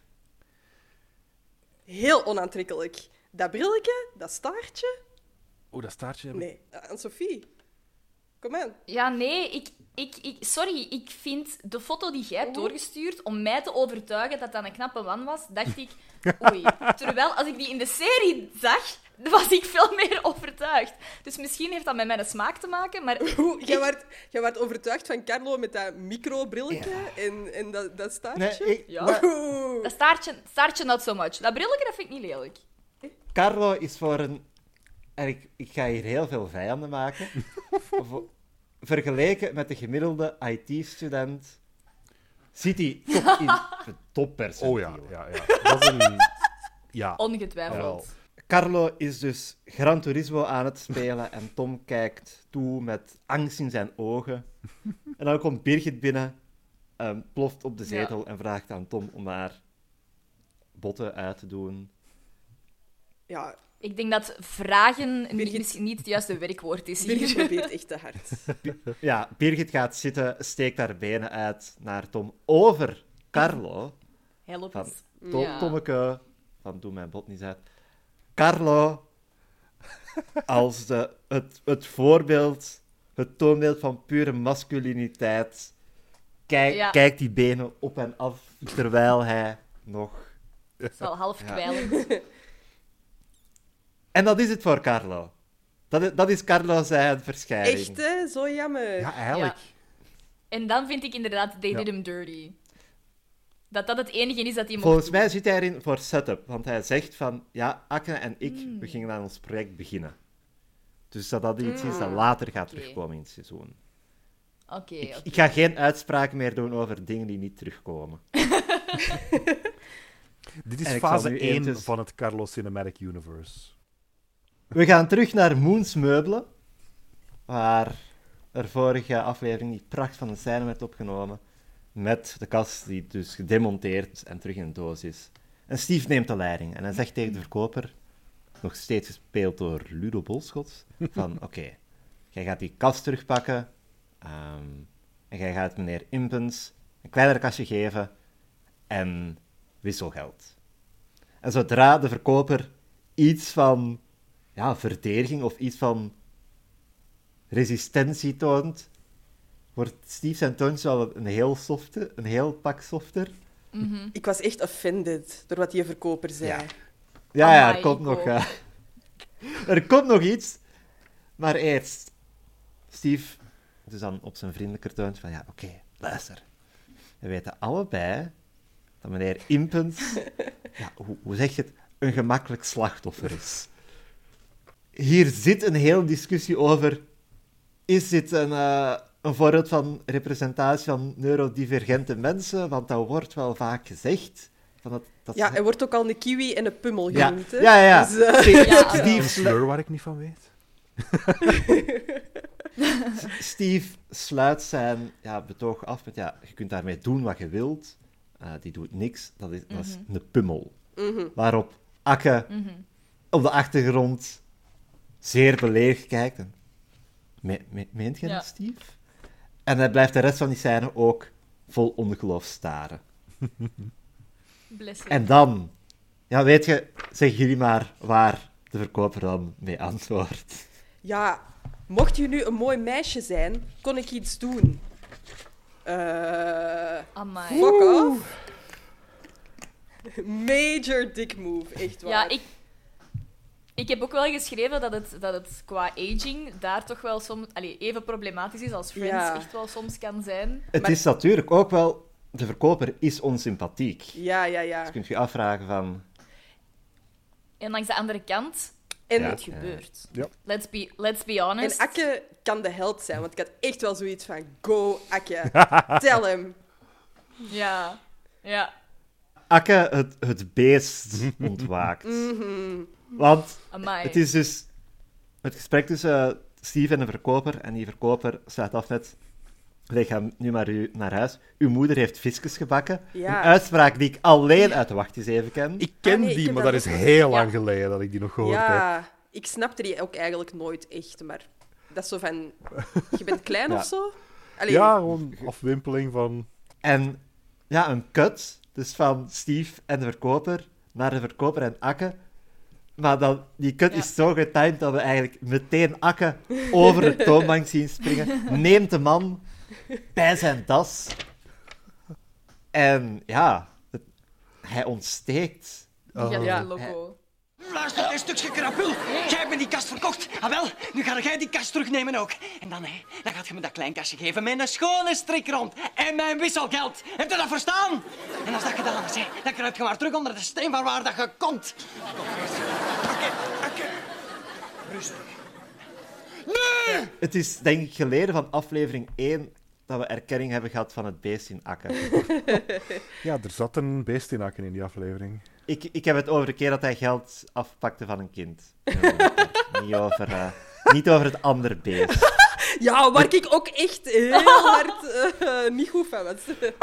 Heel onaantrekkelijk. Dat brilletje, dat staartje? Oh, dat staartje heb ik- Nee, aan Sophie. Kom aan. Ja, nee, ik, ik, ik, sorry. Ik vind de foto die jij hebt doorgestuurd om mij te overtuigen dat dat een knappe man was, dacht ik, oei. Terwijl, als ik die in de serie zag, was ik veel meer overtuigd. Dus misschien heeft dat met mijn smaak te maken, maar Oeh, Jij werd, jij werd overtuigd van Carlo met dat microbrilletje en, en dat, dat staartje? Nee, ik, Ja. maar Oeh. dat staartje, staartje not so much. Dat brilletje, dat vind ik niet lelijk. Carlo is voor een... En ik, ik ga hier heel veel vijanden maken. Vo- Vergeleken met de gemiddelde I T-student zit hij toch in het toppercentiel. Oh ja, ja, ja. Dat is een... Ja. Ongetwijfeld. Carlo is dus Gran Turismo aan het spelen en Tom kijkt toe met angst in zijn ogen. En dan komt Birgit binnen, ehm, ploft op de zetel en vraagt aan Tom om haar botten uit te doen. Ja, Ik denk dat vragen Birgit- misschien niet het juiste werkwoord is hier. Birgit probeert echt te hard. Ja, Birgit gaat zitten, steekt haar benen uit naar Tom over Carlo. Help Van eens. To- Ja. Tommeke, van doe mijn bot niet uit. Carlo, als de, het, het voorbeeld, het toonbeeld van pure masculiniteit. Kijk, Ja. Kijkt die benen op en af, terwijl hij nog... Dat is wel half Ja. kwijlend. En dat is het voor Carlo. Dat is, dat is Carlo zijn verschijning. Echt, hè? Zo jammer. Ja, eigenlijk. En dan vind ik inderdaad, they Ja. did him dirty. Dat dat het enige is dat hij mocht Volgens doen. mij zit hij erin voor setup, want hij zegt van, ja, Akke en ik, Hmm. we gingen aan ons project beginnen. Dus dat dat iets is dat Mm. later gaat Oké. terugkomen in het seizoen. Oké, Ik, oké. ik ga geen uitspraken meer doen over dingen die niet terugkomen. Dit is En ik zal fase nu één eventjes- van het Carlo Cinematic Universe. We gaan terug naar Moons Meubelen, waar er vorige aflevering die pracht van een scène werd opgenomen, met de kast die dus gedemonteerd en terug in een doos is. En Steve neemt de leiding en hij zegt tegen de verkoper, nog steeds gespeeld door Ludo Bolschot, van oké, jij gaat die kast terugpakken ehm, en jij gaat meneer Impens een kleiner kastje geven en wisselgeld. En zodra de verkoper iets van ja, verdediging of iets van resistentie toont, wordt Steve zijn toontje al een heel softe, een heel pak softer. Mhm. Ik was echt offended door wat die verkoper zei. Ja. Ja, ja, er Amai, komt ik nog... ook. eh, er komt nog iets. Maar eerst... Steve, dus dan op zijn vriendelijker toontje van, ja, oké, luister. We weten allebei dat meneer Impens, ja, hoe, hoe zeg je het, een gemakkelijk slachtoffer is. Hier zit een hele discussie over, is dit een, eh, een voorbeeld van representatie van neurodivergente mensen? Want dat wordt wel vaak gezegd. Van dat, dat Ja, ze- hij wordt ook al een kiwi en een pummel ja, genoemd. Hè? ja, ja, ja. Dus, eh, Steve, Ja, Steve Een slu- slur waar ik niet van weet. Steve sluit zijn ja, betoog af met, ja, je kunt daarmee doen wat je wilt. Eh, die doet niks, dat is, dat is een pummel. mhm. Waarop Akke Mhm. op de achtergrond zeer beleefd kijkt. En, me, me, meent je Ja. dat, Steve? En hij blijft de rest van die scène ook vol ongeloof staren. Bless him. En dan, ja, weet je, zeg jullie maar waar de verkoper dan mee antwoordt. Ja, mocht je nu een mooi meisje zijn, kon ik iets doen. Eh... Amai. fuck off. Major dick move, echt waar. Ja, ik, ik heb ook wel geschreven dat het, dat het qua aging daar toch wel soms allee, even problematisch is als Friends Ja. echt wel soms kan zijn. Het Maar- is natuurlijk ook wel... De verkoper is onsympathiek. Ja, ja, ja. Dus kunt je je afvragen van... En langs de andere kant, En, Ja. het gebeurt. Ja. Let's, be, let's be honest. en Akke kan de held zijn, want ik had echt wel zoiets van... Go, Akke. Tell hem. Ja, ja. Akke het, het beest ontwaakt. Mhm. Want Amai. het is dus het gesprek tussen eh, Steve en de verkoper. En die verkoper sluit af met... Leg hem nu maar u naar huis. Uw moeder heeft visjes gebakken. Ja. Een uitspraak die ik alleen uit de Wacht eens even ken. Ik ken Ah, nee, ik die, heb maar dat dat is ook- heel Ja. lang geleden dat ik die nog gehoord heb. Ja, ik snapte die ook eigenlijk nooit echt, maar... Dat is zo van... Je bent klein Ja. of zo? Allee, Ja, gewoon afwimpeling van... En ja, een cut. Dus van Steve en de verkoper naar de verkoper en Akke. Maar dan, die cut Ja. is zo getimed dat we eigenlijk meteen Akke over de toonbank zien springen. Neemt de man bij zijn das. En ja, het- hij ontsteekt. Die gaat Ja. even loco. Luister, een stukje krapul. Jij hebt me die kast verkocht. Ah wel, nu ga jij die kast terugnemen ook. En dan, hè, dan gaat je me dat klein kastje geven met een schone strik rond. En mijn wisselgeld. Heb je dat verstaan? En als dat gedaan is, hè, dan kruip je maar terug onder de steen van waar dat je komt. Kom, Oké, oké. Rustig. Nee! Het is denk ik geleden van aflevering één dat we erkenning hebben gehad van het beest in Akke. Ja, er zat een beest in Akken in die aflevering. Ik, ik heb het over de keer dat hij geld afpakte van een kind. niet, over, eh, niet over het andere beest. Ja, waar ik ook echt heel hard eh, niet goed van was.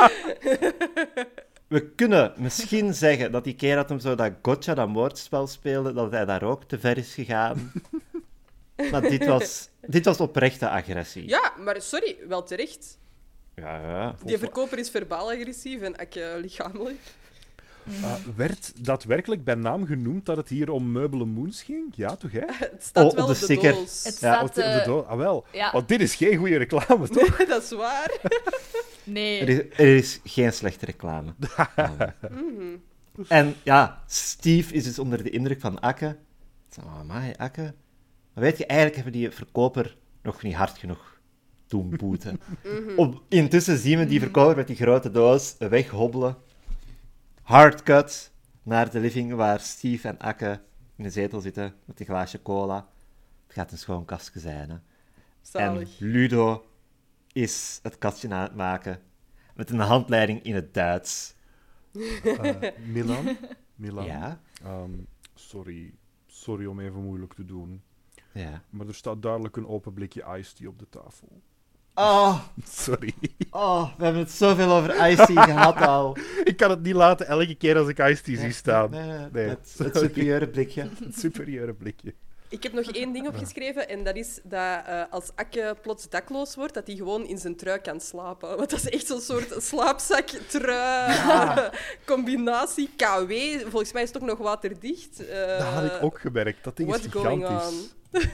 We kunnen misschien zeggen dat die keer dat hem zo dat gotcha, dat moordspel speelde, dat hij daar ook te ver is gegaan. Maar dit was, dit was oprechte agressie. Ja, maar sorry, wel terecht. Ja, ja. Die verkoper is verbaal agressief en ik uh, lichamelijk. Uh, werd daadwerkelijk bij naam genoemd dat het hier om Meubelen Moons ging? Ja, toch, hè? Het staat Oh, op wel de op de sticker. doos. Het Ja, staat... Op de, op de eh, dood. Ah, wel. ja. Want dit is geen goede reclame, toch? Dat is waar. Nee. Er, is, er is geen slechte reclame. Mhm. En ja, Steve is dus onder de indruk van Akke. Zo, amai, Akke. Maar weet je, eigenlijk hebben die verkoper nog niet hard genoeg doen boeten. Op, intussen zien we die verkoper met die grote doos weghobbelen. Hardcut naar de living waar Steve en Akke in de zetel zitten met een glaasje cola. Het gaat een schoon kastje zijn, hè. En Zalig. Ludo is het kastje aan het maken met een handleiding in het Duits. Uh, Milan? Milan? Ja, Ehm, sorry. Sorry om even moeilijk te doen. ja. Maar er staat duidelijk een open blikje iced tea op de tafel. Oh, Sorry. oh, we hebben het zoveel over Ice Tea gehad al. Ik kan het niet laten elke keer als ik iced tea zie staan. Nee, nee, Nee, het, sorry. het superieure blikje. Een superieure blikje. Ik heb nog één ding opgeschreven en dat is dat uh, als Akke plots dakloos wordt, dat hij gewoon in zijn trui kan slapen. Want dat is echt zo'n soort slaapzak-trui combinatie. K W, volgens mij is het ook nog waterdicht. Uh, Dat had ik ook gemerkt. Dat ding is what's going gigantisch.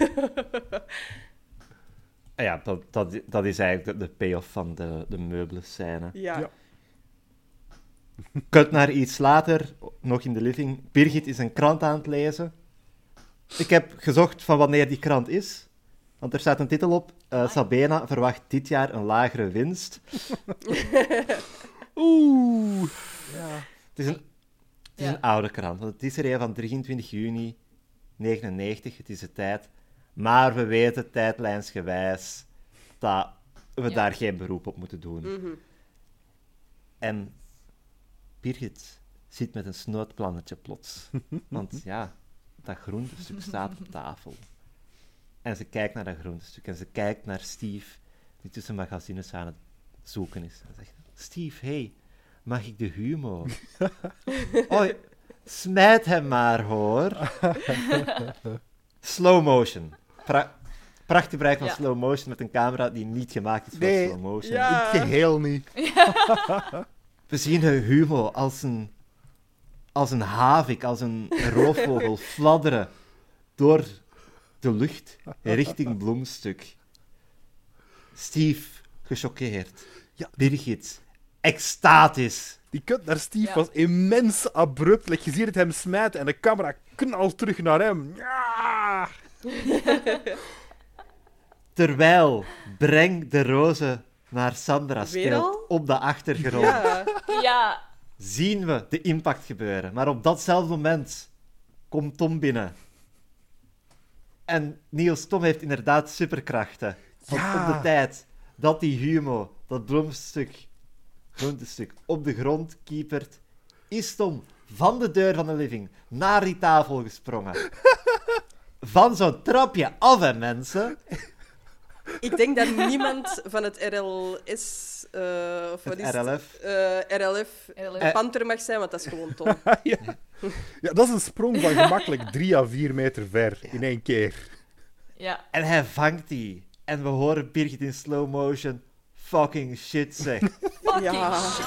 Ah ja, dat, dat, dat is eigenlijk de, de payoff van de, de meubelscène. Ja. Ja. Cut naar iets later, nog in de living. Birgit is een krant aan het lezen. Ik heb gezocht van wanneer die krant is. Want er staat een titel op. Uh, Sabena verwacht dit jaar een lagere winst. Oeh. Het is een, het is Ja. een oude krant, want het is er een van drieëntwintig juni negenennegentig. Het is de tijd. Maar we weten tijdlijnsgewijs dat we Ja. daar geen beroep op moeten doen. Mhm. En Birgit zit met een snoodplannetje plots. Want ja, dat groentestuk staat op tafel. En ze kijkt naar dat groentestuk en ze kijkt naar Steve, die tussen magazines aan het zoeken is. En zegt, Steve, hey, mag ik de humo? Oh, smijt hem maar, hoor. Slow motion. Pra prachtig gebruik van Ja. slow motion met een camera die niet gemaakt is voor Nee. slow motion. Ja. In het geheel niet. We zien de Humo als een, als een havik, als een roofvogel fladderen door de lucht richting Bloemstuk. Steve, gechoqueerd. Ja. Birgit, extatisch. Die cut naar Steve Ja. was immens abrupt. Like, je ziet het hem smijten en de camera knal terug naar hem. Ja! Terwijl Breng de Rozen naar Sandra Weer speelt al? op de achtergrond, Ja. Ja, zien we de impact gebeuren. Maar op datzelfde moment komt Tom binnen. En Niels Tom heeft inderdaad superkrachten. Want Ja. op de tijd dat die Humo dat bloemstuk, groentestuk op de grond kiepert, is Tom van de deur van de living naar die tafel gesprongen. Van zo'n trapje af, hè, mensen. Ik denk dat niemand van het R L S... eh, of wat Het is R L het? F. Eh, R L F. R L F. Eh, Panther mag zijn, want dat is gewoon Tom. ja. ja, dat is een sprong van gemakkelijk drie à vier meter ver in één keer. ja. En hij vangt die. En we horen Birgit in slow motion fucking shit zeggen. Fucking Ja. shit.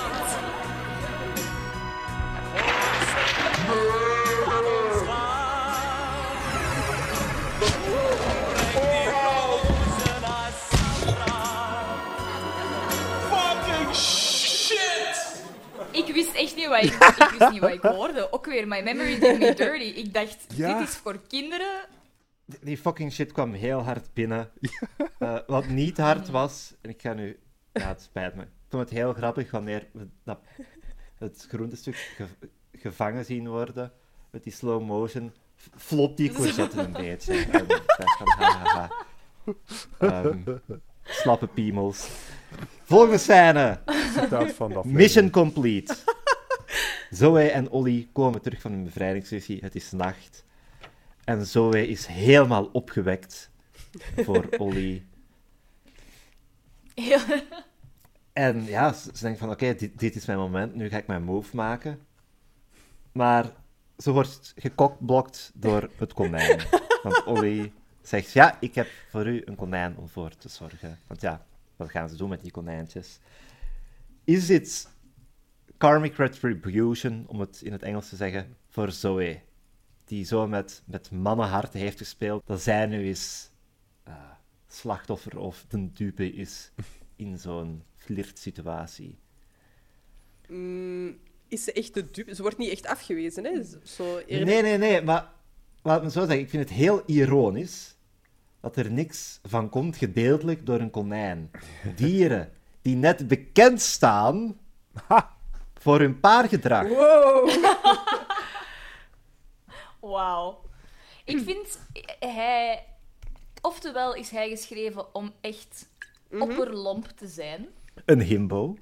Ik wist echt niet wat ik, ik wist niet wat ik hoorde. Ook weer, my memory did me dirty. Ik dacht, Ja. dit is voor kinderen. Die fucking shit kwam heel hard binnen. Eh, wat niet hard was, en ik ga nu... Ja, het spijt me. Ik vond het heel grappig wanneer we dat, het groentestuk ge- gevangen zien worden, met die slow motion, f- flopt die courgette een beetje. En ik dacht van, ha, ha, ha. Ehm, slappe piemels. Volgende scène. Citaat van dat Mission complete. Zoe en Ollie komen terug van hun bevrijdingsmissie. Het is nacht. En Zoe is helemaal opgewekt voor Ollie. Heel... En ja, ze, ze denkt van, oké, dit, dit is mijn moment. Nu ga ik mijn move maken. Maar ze wordt gekokblokt door het konijn. Want Ollie zegt, ja, ik heb voor u een konijn om voor te zorgen. Want ja, wat gaan ze doen met die konijntjes? Is dit karmic retribution, om het in het Engels te zeggen, voor Zoe? Die zo met, met mannenharten heeft gespeeld, dat zij nu eens uh, slachtoffer of de dupe is in zo'n flirtsituatie. Mm, is ze echt de dupe? Ze wordt niet echt afgewezen, hè? Zo eerder... Nee, nee, nee, maar laat me zo zeggen, ik vind het heel ironisch dat er niks van komt, gedeeltelijk door een konijn. Dieren die net bekend staan Ha! voor hun paargedrag. Wow! Wauw. Ik vind hij... Oftewel is hij geschreven om echt opperlomp te zijn. Een himbo.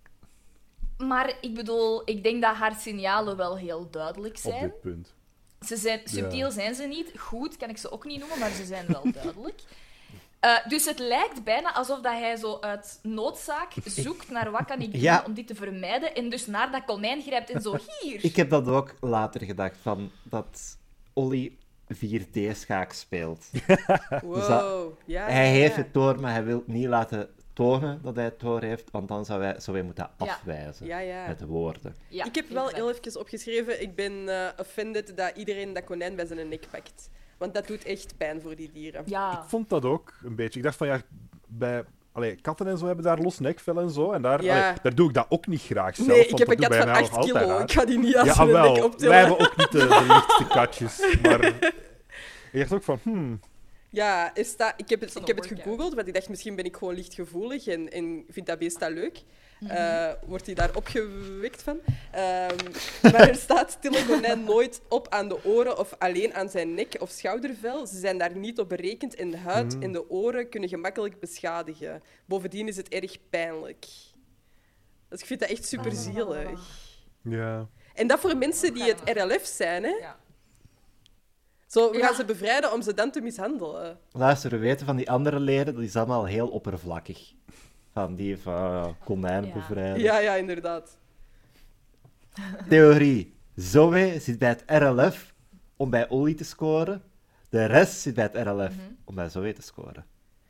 Maar ik bedoel, ik denk dat haar signalen wel heel duidelijk Op zijn. dit punt. Ze zijn subtiel Ja. zijn ze niet. Goed kan ik ze ook niet noemen, maar ze zijn wel duidelijk. Uh, dus het lijkt bijna alsof dat hij zo uit noodzaak zoekt naar wat kan ik doen Ja. om dit te vermijden. En dus naar dat konijn grijpt en zo, hier. Ik heb dat ook later gedacht, van dat Ollie vier D-schaak speelt. Wow. Ja, Hij ja, heeft ja. het door, maar hij wil niet laten tonen dat hij het door heeft, want dan zou hij, zou hij moeten Ja. afwijzen Ja, ja. met woorden. Ja, Ik heb wel exact. heel even opgeschreven, ik ben eh offended dat iedereen dat konijn bij zijn nek pakt. Want dat doet echt pijn voor die dieren. Ja. Ik vond dat ook een beetje. Ik dacht van ja, bij allee, katten en zo hebben daar los nekvel en zo. En daar, Ja. allee, daar doe ik dat ook niet graag zelf. Nee, ik want heb een dat kat doe van bijna acht nog altijd kilo. aan. Ik ga die niet aan Ja, zijn nek wel. optillen. Wij hebben ook niet de, de lichtste katjes. Maar ik dacht ook van, hmm, Ja, er staat, ik heb het, Zo'n ik heb het workout. gegoogeld, want ik dacht misschien ben ik gewoon lichtgevoelig en, en vind dat beest dat leuk. Eh, wordt hij daar opgewekt van? Ehm, maar er staat til een konijn nooit op aan de oren of alleen aan zijn nek of schoudervel. Ze zijn daar niet op berekend en de huid en de oren kunnen gemakkelijk beschadigen. Bovendien is het erg pijnlijk. Dus ik vind dat echt super zielig. ja. En dat voor mensen die het R L F zijn, hè? Ja. Zo, we Ja. gaan ze bevrijden om ze dan te mishandelen. Luister, we weten van die andere leden, dat is allemaal heel oppervlakkig. Van die van uh, konijnen Ja. bevrijden. Ja, ja, inderdaad. Theorie. Zoe zit bij het R L F om bij Ollie te scoren. De rest zit bij het R L F om bij Zoe te scoren.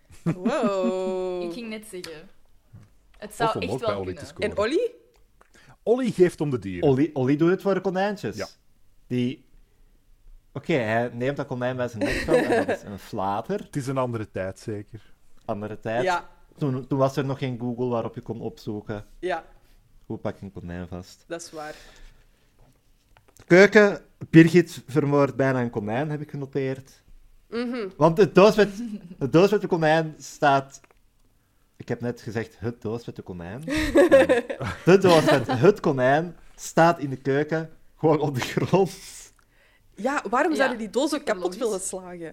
Wow. Ik ging net zeggen. Het Of zou om echt ook bij wel Ollie kunnen. te scoren. En Ollie? Ollie geeft om de dieren. Ollie, Ollie doet het voor de konijntjes. Ja. Die... Oké, hij neemt dat konijn bij zijn nek en dat is een flater. Het is een andere tijd, zeker. Andere tijd. Ja, Toen, toen was er nog geen Google waarop je kon opzoeken ja, hoe pak ik een konijn vast. dat is waar. Keuken, Birgit vermoordt bijna een konijn, heb ik genoteerd. Mhm. Want de doos met, de doos met de konijn staat... Ik heb net gezegd het doos met de konijn. De doos met het konijn staat in de keuken, gewoon op de grond. Ja, waarom Ja, zouden die doos ook kapot logisch. willen slagen?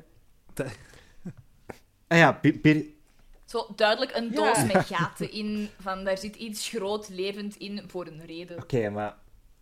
En ja, Bir- Bir- Zo duidelijk een Ja. doos met gaten in, van daar zit iets groot levend in voor een reden. Oké, maar...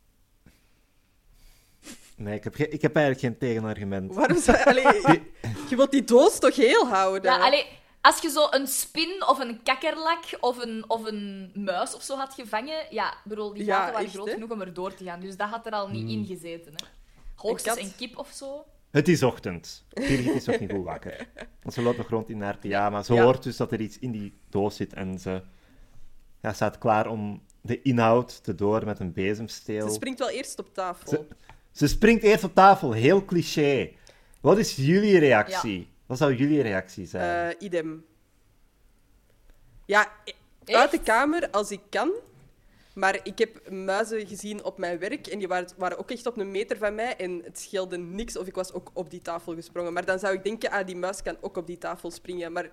Nee, ik heb, ge- ik heb eigenlijk geen tegenargument. Waarom zou je... Allee, je wilt die doos toch heel houden? Ja, allee, als je zo een spin of een kakkerlak of een, of een muis of zo had gevangen, ja, bedoel, die Ja, gaten waren echt, groot hè? genoeg om er door te gaan. Dus dat had er al niet in gezeten. Hè. Hoogstens kat. een kip of zo. Het is ochtend. Birgit is nog niet goed wakker. Want ze loopt nog rond in haar pyjama. Ze Ja. hoort dus dat er iets in die doos zit en ze ja, staat klaar om de inhoud te door met een bezemsteel. Ze springt wel eerst op tafel. Ze- Ze springt eerst op tafel, heel cliché. Wat is jullie reactie? Wat zou jullie reactie zijn? Eh, idem. Ja, uit de kamer als ik kan. Maar ik heb muizen gezien op mijn werk en die waren, waren ook echt op een meter van mij en het scheelde niks of ik was ook op die tafel gesprongen. Maar dan zou ik denken, ah, die muis kan ook op die tafel springen. Maar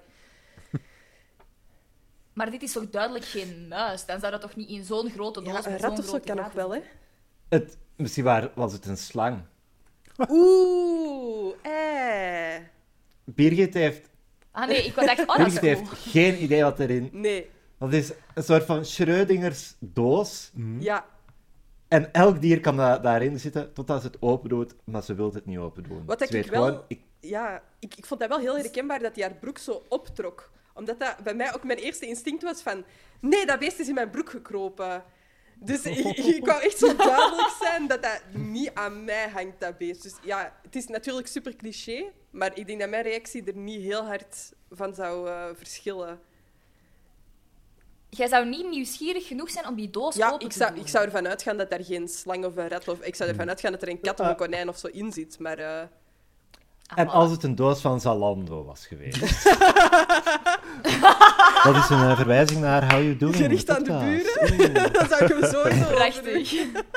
Maar dit is toch duidelijk geen muis? Dan zou dat toch niet in zo'n grote doos ja, een met rat zo'n of zo grote kan nog gaten wel, hè? Het, misschien waar, was het een slang. Oeh, eh. Birgit heeft, Ah nee, ik dacht, oh, dat is Birgit cool. heeft geen idee wat erin... Nee, Dat is een soort van Schrödingers doos. ja. En elk dier kan da- daarin zitten totdat ze het open doet, maar ze wil het niet open doen. Wat Ze ik weet wel- gewoon, ik- Ja, ik, ik vond dat wel heel herkenbaar dat hij haar broek zo optrok. Omdat dat bij mij ook mijn eerste instinct was van... Nee, dat beest is in mijn broek gekropen. Dus ik, ik wou echt zo duidelijk zijn dat dat niet aan mij hangt, dat beest. Dus ja, het is natuurlijk super cliché, maar ik denk dat mijn reactie er niet heel hard van zou eh, verschillen. Jij zou niet nieuwsgierig genoeg zijn om die doos Ja, open ik te zou, doen. ik zou ervan uitgaan dat daar geen slang of een rat of... Ik zou ervan uitgaan dat er een kat of een Ah. konijn of zo in zit, maar... eh, Ah, En voilà. als het een doos van Zalando was geweest. Dat is een eh, verwijzing naar How You Doing. Gericht aan de podcast. buren. Dan zou ik hem sowieso overdoen. Prachtig.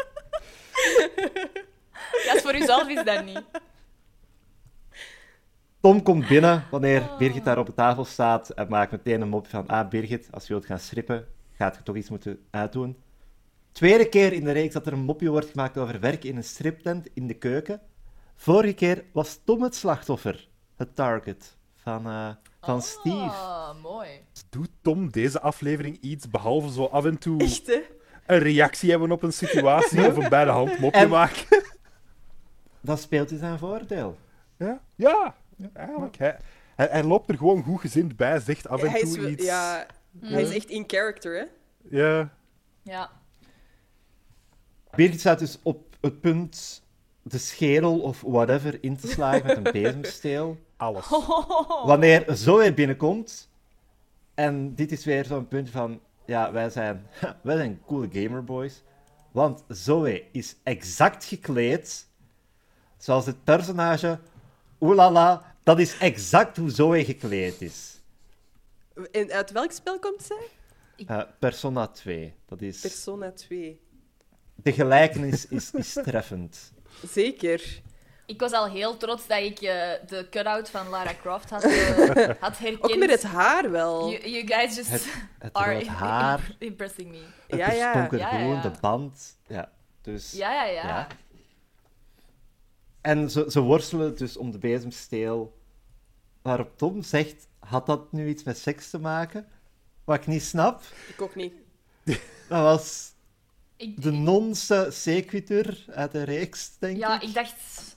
Ja, voor uzelf is dat niet. Tom komt binnen wanneer Birgit daar op de tafel staat en maakt meteen een mop van ah, Birgit, als je wilt gaan strippen, gaat je toch iets moeten uitdoen. Tweede keer in de reeks dat er een mopje wordt gemaakt over werken in een striptent in de keuken. Vorige keer was Tom het slachtoffer, het target van, eh, van Steve. Ah, mooi. Doet Tom deze aflevering iets behalve zo af en toe Echt, hè? een reactie hebben op een situatie of een bij de hand mopje En- maken? Dat speelt in zijn voordeel. Ja, ja, eigenlijk. Hij, hij, hij loopt er gewoon goed gezind bij, zegt af en Hij is, toe wel- iets. ja, hij is echt in character, hè? Ja. Ja. Birgit staat dus op het punt de schedel of whatever in te slagen met een bezemsteel. Alles. Wanneer Zoe binnenkomt, en dit is weer zo'n punt van, ja, wij zijn, wij zijn coole gamerboys, want Zoe is exact gekleed zoals het personage, oelala, dat is exact hoe Zoe gekleed is. En uit welk spel komt zij? Eh, Persona twee, dat is... Persona twee. De gelijkenis is, is treffend. Zeker. Ik was al heel trots dat ik eh, de cut-out van Lara Croft had, eh, had herkend. Ook met het haar wel. You, you guys just Het, het are rood haar, imp- impressing me. het Ja, ja. donkergroen, Ja, ja, ja. de band. Ja, dus... Ja, ja, ja. Ja. En ze, ze worstelen dus om de bezemsteel. Waarop Tom zegt, had dat nu iets met seks te maken? Wat ik niet snap, Ik ook niet. dat was Ik, de nonste sequitur uit de reeks, denk ja, ik. ik dacht...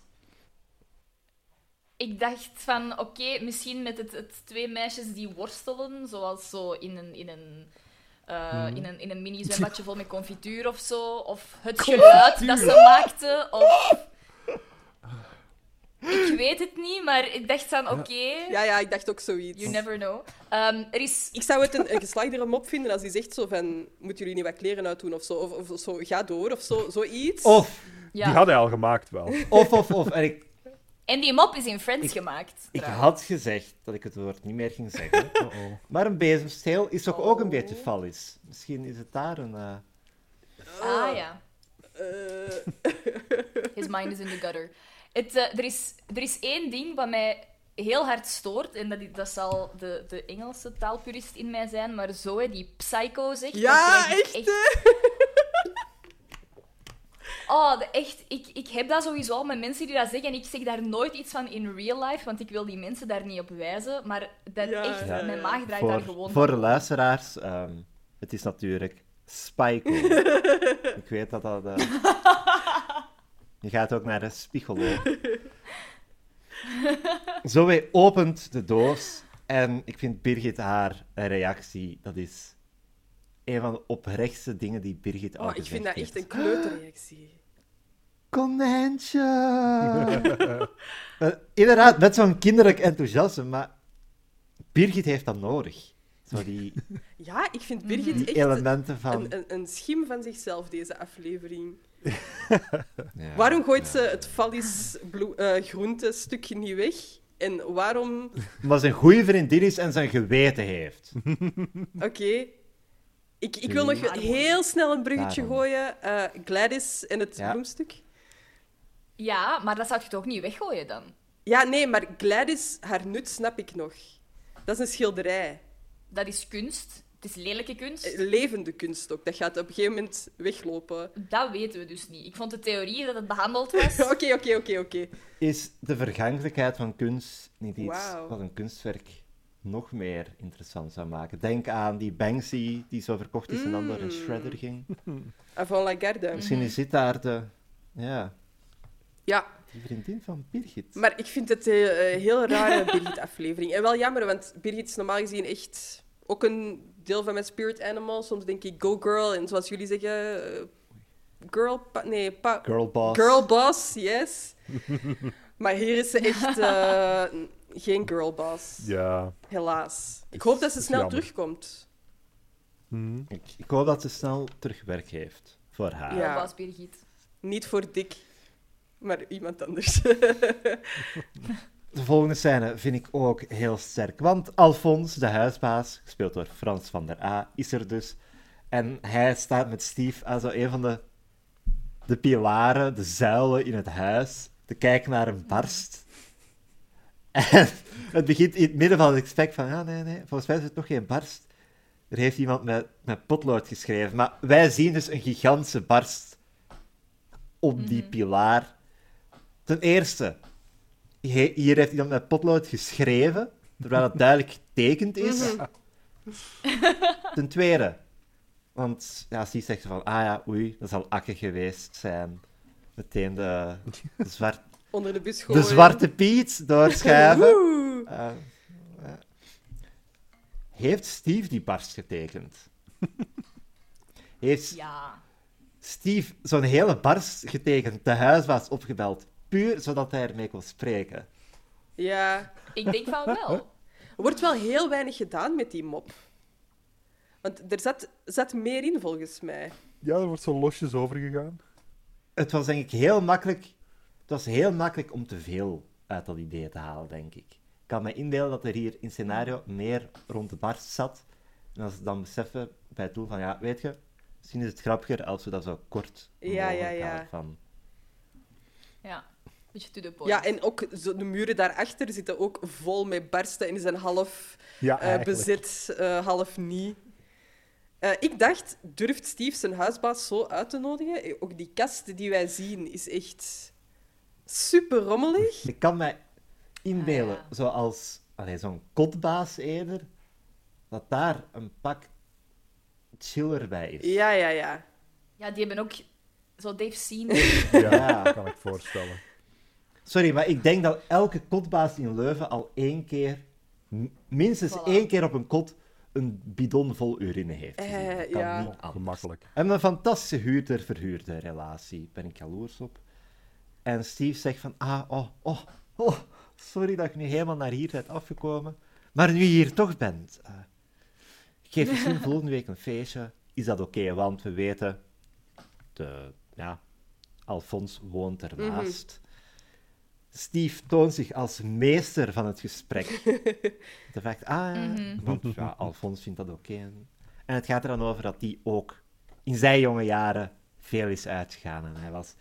Ik dacht van, oké, misschien met het, het twee meisjes die worstelen, zoals zo in een, in een, eh, in een, in een mini-zwembadje vol met confituur of zo, of het geluid dat ze maakten, of... Ik weet het niet, maar ik dacht van, oké, Ja, ja, ik dacht ook zoiets. you never know. Ehm, er is... Ik zou het een, een geslaagdere mop vinden als hij zegt zo van... Moeten jullie niet wat kleren uitdoen of zo? Of, of zo, ga door of zo, zoiets. Of, Die Ja. had hij al gemaakt wel. of, of, of. En ik, En die mop is in Friends gemaakt. ik trouwens. had gezegd dat ik het woord niet meer ging zeggen. Oh-oh. Maar een bezemsteel is toch ook een Oh. beetje fallisch? Misschien is het daar een... eh, Ah, ja. Eh, Je his mind is in the gutter. Het, uh, er, is, er is één ding wat mij heel hard stoort, en dat, dat zal de, de Engelse taalpurist in mij zijn, maar Zoe die psycho zegt... Ja, dat krijg ik echt, hè? Oh, de, echt, ik, ik heb dat sowieso al met mensen die dat zeggen. En ik zeg daar nooit iets van in real life, want ik wil die mensen daar niet op wijzen. Maar dat Ja, echt, ja, ja. mijn maag draait Voor, daar gewoon voor de van. luisteraars, ehm, het is natuurlijk Spyco. Ik weet dat dat... eh, Je gaat ook naar de spiegel. Zoe opent de doos en ik vind Birgit haar reactie, dat is een van de oprechtste dingen die Birgit al Oh, ik gezegd vind dat heeft. echt een kleuterreactie. Konijntje! Eh, Inderdaad, met zo'n kinderlijk enthousiasme, maar Birgit heeft dat nodig. Zo die, Ja, ik vind Birgit die echt elementen van... een, een, een schim van zichzelf, deze aflevering. Ja, Waarom gooit ja. ze het Vallis bloe- eh, groentestukje niet weg? En waarom... Maar zijn goede vriendin is en zijn geweten heeft. Oké. Ik, ik wil nog Daarom. heel snel een bruggetje Daarom. gooien. Eh, Gladys en het Ja. bloemstuk. Ja, maar dat zou je toch niet weggooien dan? Ja, nee, maar Gladys, haar nut snap ik nog. Dat is een schilderij. Dat is kunst. Het is lelijke kunst. Eh, Levende kunst ook. Dat gaat op een gegeven moment weglopen. Dat weten we dus niet. Ik vond de theorie dat het behandeld was. Oké, oké, oké, oké. Is de vergankelijkheid van kunst niet iets Wauw. wat een kunstwerk nog meer interessant zou maken? Denk aan die Banksy die zo verkocht is en dan door een shredder ging. Avant la garde. Misschien is dit daar de... Ja, Ja, die vriendin van Birgit. maar ik vind het een eh, heel rare Birgit-aflevering. En wel jammer, want Birgit is normaal gezien echt ook een deel van mijn spirit animal. Soms denk ik go girl, en zoals jullie zeggen... eh, girl... pa- nee, pa... Girlboss. Girl boss, yes. Maar hier is ze echt eh, geen girl boss. Ja. Helaas. Ik hoop dat ze is snel jammer. terugkomt. Mhm. Ik, ik hoop dat ze snel terug werk heeft voor haar. Ja. Dat was Birgit. Niet voor Dick, maar iemand anders. De volgende scène vind ik ook heel sterk. Want Alphonse, de huisbaas, gespeeld door Frans van der A, is er dus. En hij staat met Steve aan zo een van de, de pilaren, de zuilen in het huis, te kijken naar een barst. En het begint in het midden van het gesprek van, ja, nee, nee, volgens mij is het nog geen barst. Er heeft iemand met, met potlood geschreven. Maar wij zien dus een gigantische barst op die pilaar. Ten eerste, he- hier heeft iemand met potlood geschreven, terwijl het duidelijk getekend is. Ten tweede, want ja, Steve zegt van, ah ja, oei, dat zal Akke geweest zijn. Meteen de, de, zwart, Onder de bus de gooien. zwarte Piet doorschuiven. Woehoe. Eh, eh. Heeft Steve die barst getekend? Heeft Ja. Steve zo'n hele barst getekend, de huisbaas opgebeld, puur zodat hij ermee kon spreken? Ja, Ik denk van wel. er wordt wel heel weinig gedaan met die mop. Want er zat, zat meer in, volgens mij. Ja, er wordt zo losjes over gegaan. Het was denk ik heel makkelijk... Het was heel makkelijk om te veel uit dat idee te halen, denk ik. Ik kan me inbeelden dat er hier in het scenario meer rond de barst zat. En als ze dan beseffen bij het doel van, ja, weet je, misschien is het grappiger als we dat zo kort Ja, mogelijk ja, ja. houden van... Ja. Beetje to the point. Ja, en ook zo, de muren daarachter zitten ook vol met barsten en zijn half Ja, eh, eigenlijk. bezet, eh, half niet. Eh, ik dacht, durft Steve zijn huisbaas zo uit te nodigen? Eh, Ook die kast die wij zien is echt super rommelig. Ik kan mij inbeelden, Ah, ja. zoals allee, zo'n kotbaas eerder, dat daar een pak chiller bij is. Ja, ja, ja. Ja, die hebben ook zo Dave Scene. Ja, Ja. dat kan ik voorstellen. Sorry, maar ik denk dat elke kotbaas in Leuven al één keer, m- minstens Voilà. één keer op een kot, een bidon vol urine heeft gezien. Eh, Dat kan ja. niet anders. Gemakkelijk. We hebben een fantastische huurder-verhuurder relatie. Daar ben ik jaloers op. En Steve zegt van, ah, oh, oh, oh, sorry dat je nu helemaal naar hier bent afgekomen. Maar nu je hier toch bent, eh, ik geef misschien volgende week een feestje. Is dat oké? Want we weten, de, ja, Alphonse woont ernaast. Steve toont zich als meester van het gesprek. De fact, ah, ja, want ja, Alphonse vindt dat oké. En het gaat er dan over dat hij ook in zijn jonge jaren veel is uitgegaan. En hij was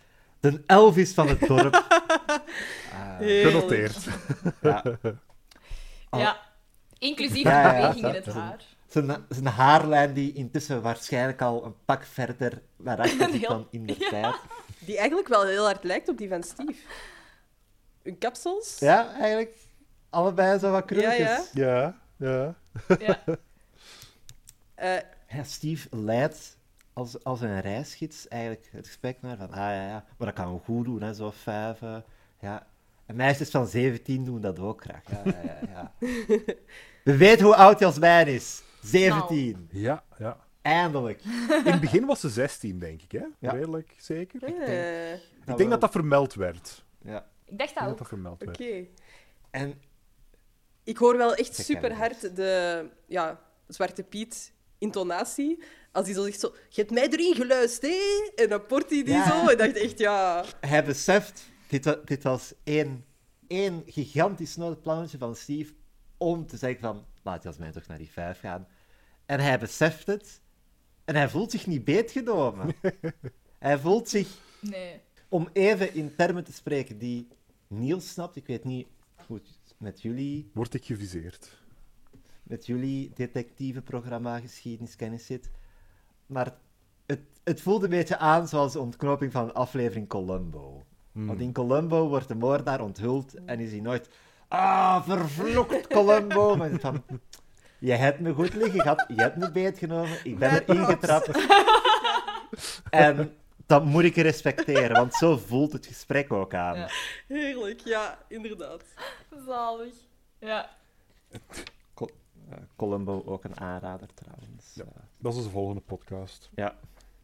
De Elvis van het dorp. Ah, Heerlijk. Genoteerd. ja. Al- Ja. Inclusief Ja, ja, de ja, beweging in dat het is een- haar. Zijn, zijn haarlijn die intussen waarschijnlijk al een pak verder naar achter zit Heel- dan in de tijd. Die eigenlijk wel heel hard lijkt op die van Steve. Hun kapsels. Ja, eigenlijk allebei zo wat krulletjes. Ja, ja. Ja, ja. Ja. Eh, Ja, Steve leidt als, als een reisgids eigenlijk het gesprek naar van, ah ja, ja, maar dat kan we goed doen, hè, zo vijf. eh, ja. En meisjes van zeventien doen dat ook graag. Ja, ja, ja, ja. We weten hoe oud Jasmijn is. zeventien. Ja, ja. Eindelijk. In het begin was ze zestien, denk ik, hè? Ja. Redelijk zeker. eh, Ik denk dat dat vermeld werd. Ja. Ik dacht Ik dat denk dat ook. dat vermeld werd. Oké. En Ik hoor wel echt Zeg super jij hard de ja, Zwarte Piet intonatie. Als hij zo zegt zo, je hebt mij erin geluisterd, hè? En dan port hij die Ja. zo. En dacht echt, ja... hij beseft, dit, wa- dit was één, één gigantisch noodplannetje van Steve om te zeggen van, laat Jasmijn toch naar die vijf gaan. En hij beseft het en hij voelt zich niet beetgenomen. Hij voelt zich, Nee. om even in termen te spreken die Niels snapt, ik weet niet hoe het met jullie, Word ik geviseerd? met jullie detectiveprogramma geschiedeniskennis zit, maar het, het voelde een beetje aan zoals de ontknoping van een aflevering Columbo. Hmm. Want in Columbo wordt de moordenaar onthuld en is hij nooit... Ah, vervloekt Columbo! Maar van... Je hebt me goed liggen gehad, je hebt me beetgenomen, ik ben erin getrapt. En dat moet ik respecteren, want zo voelt het gesprek ook aan. Ja. Heerlijk, ja, inderdaad. Zalig. Ja. Col- eh, Columbo ook een aanrader trouwens. Ja. Eh, Dat is onze volgende podcast. ja.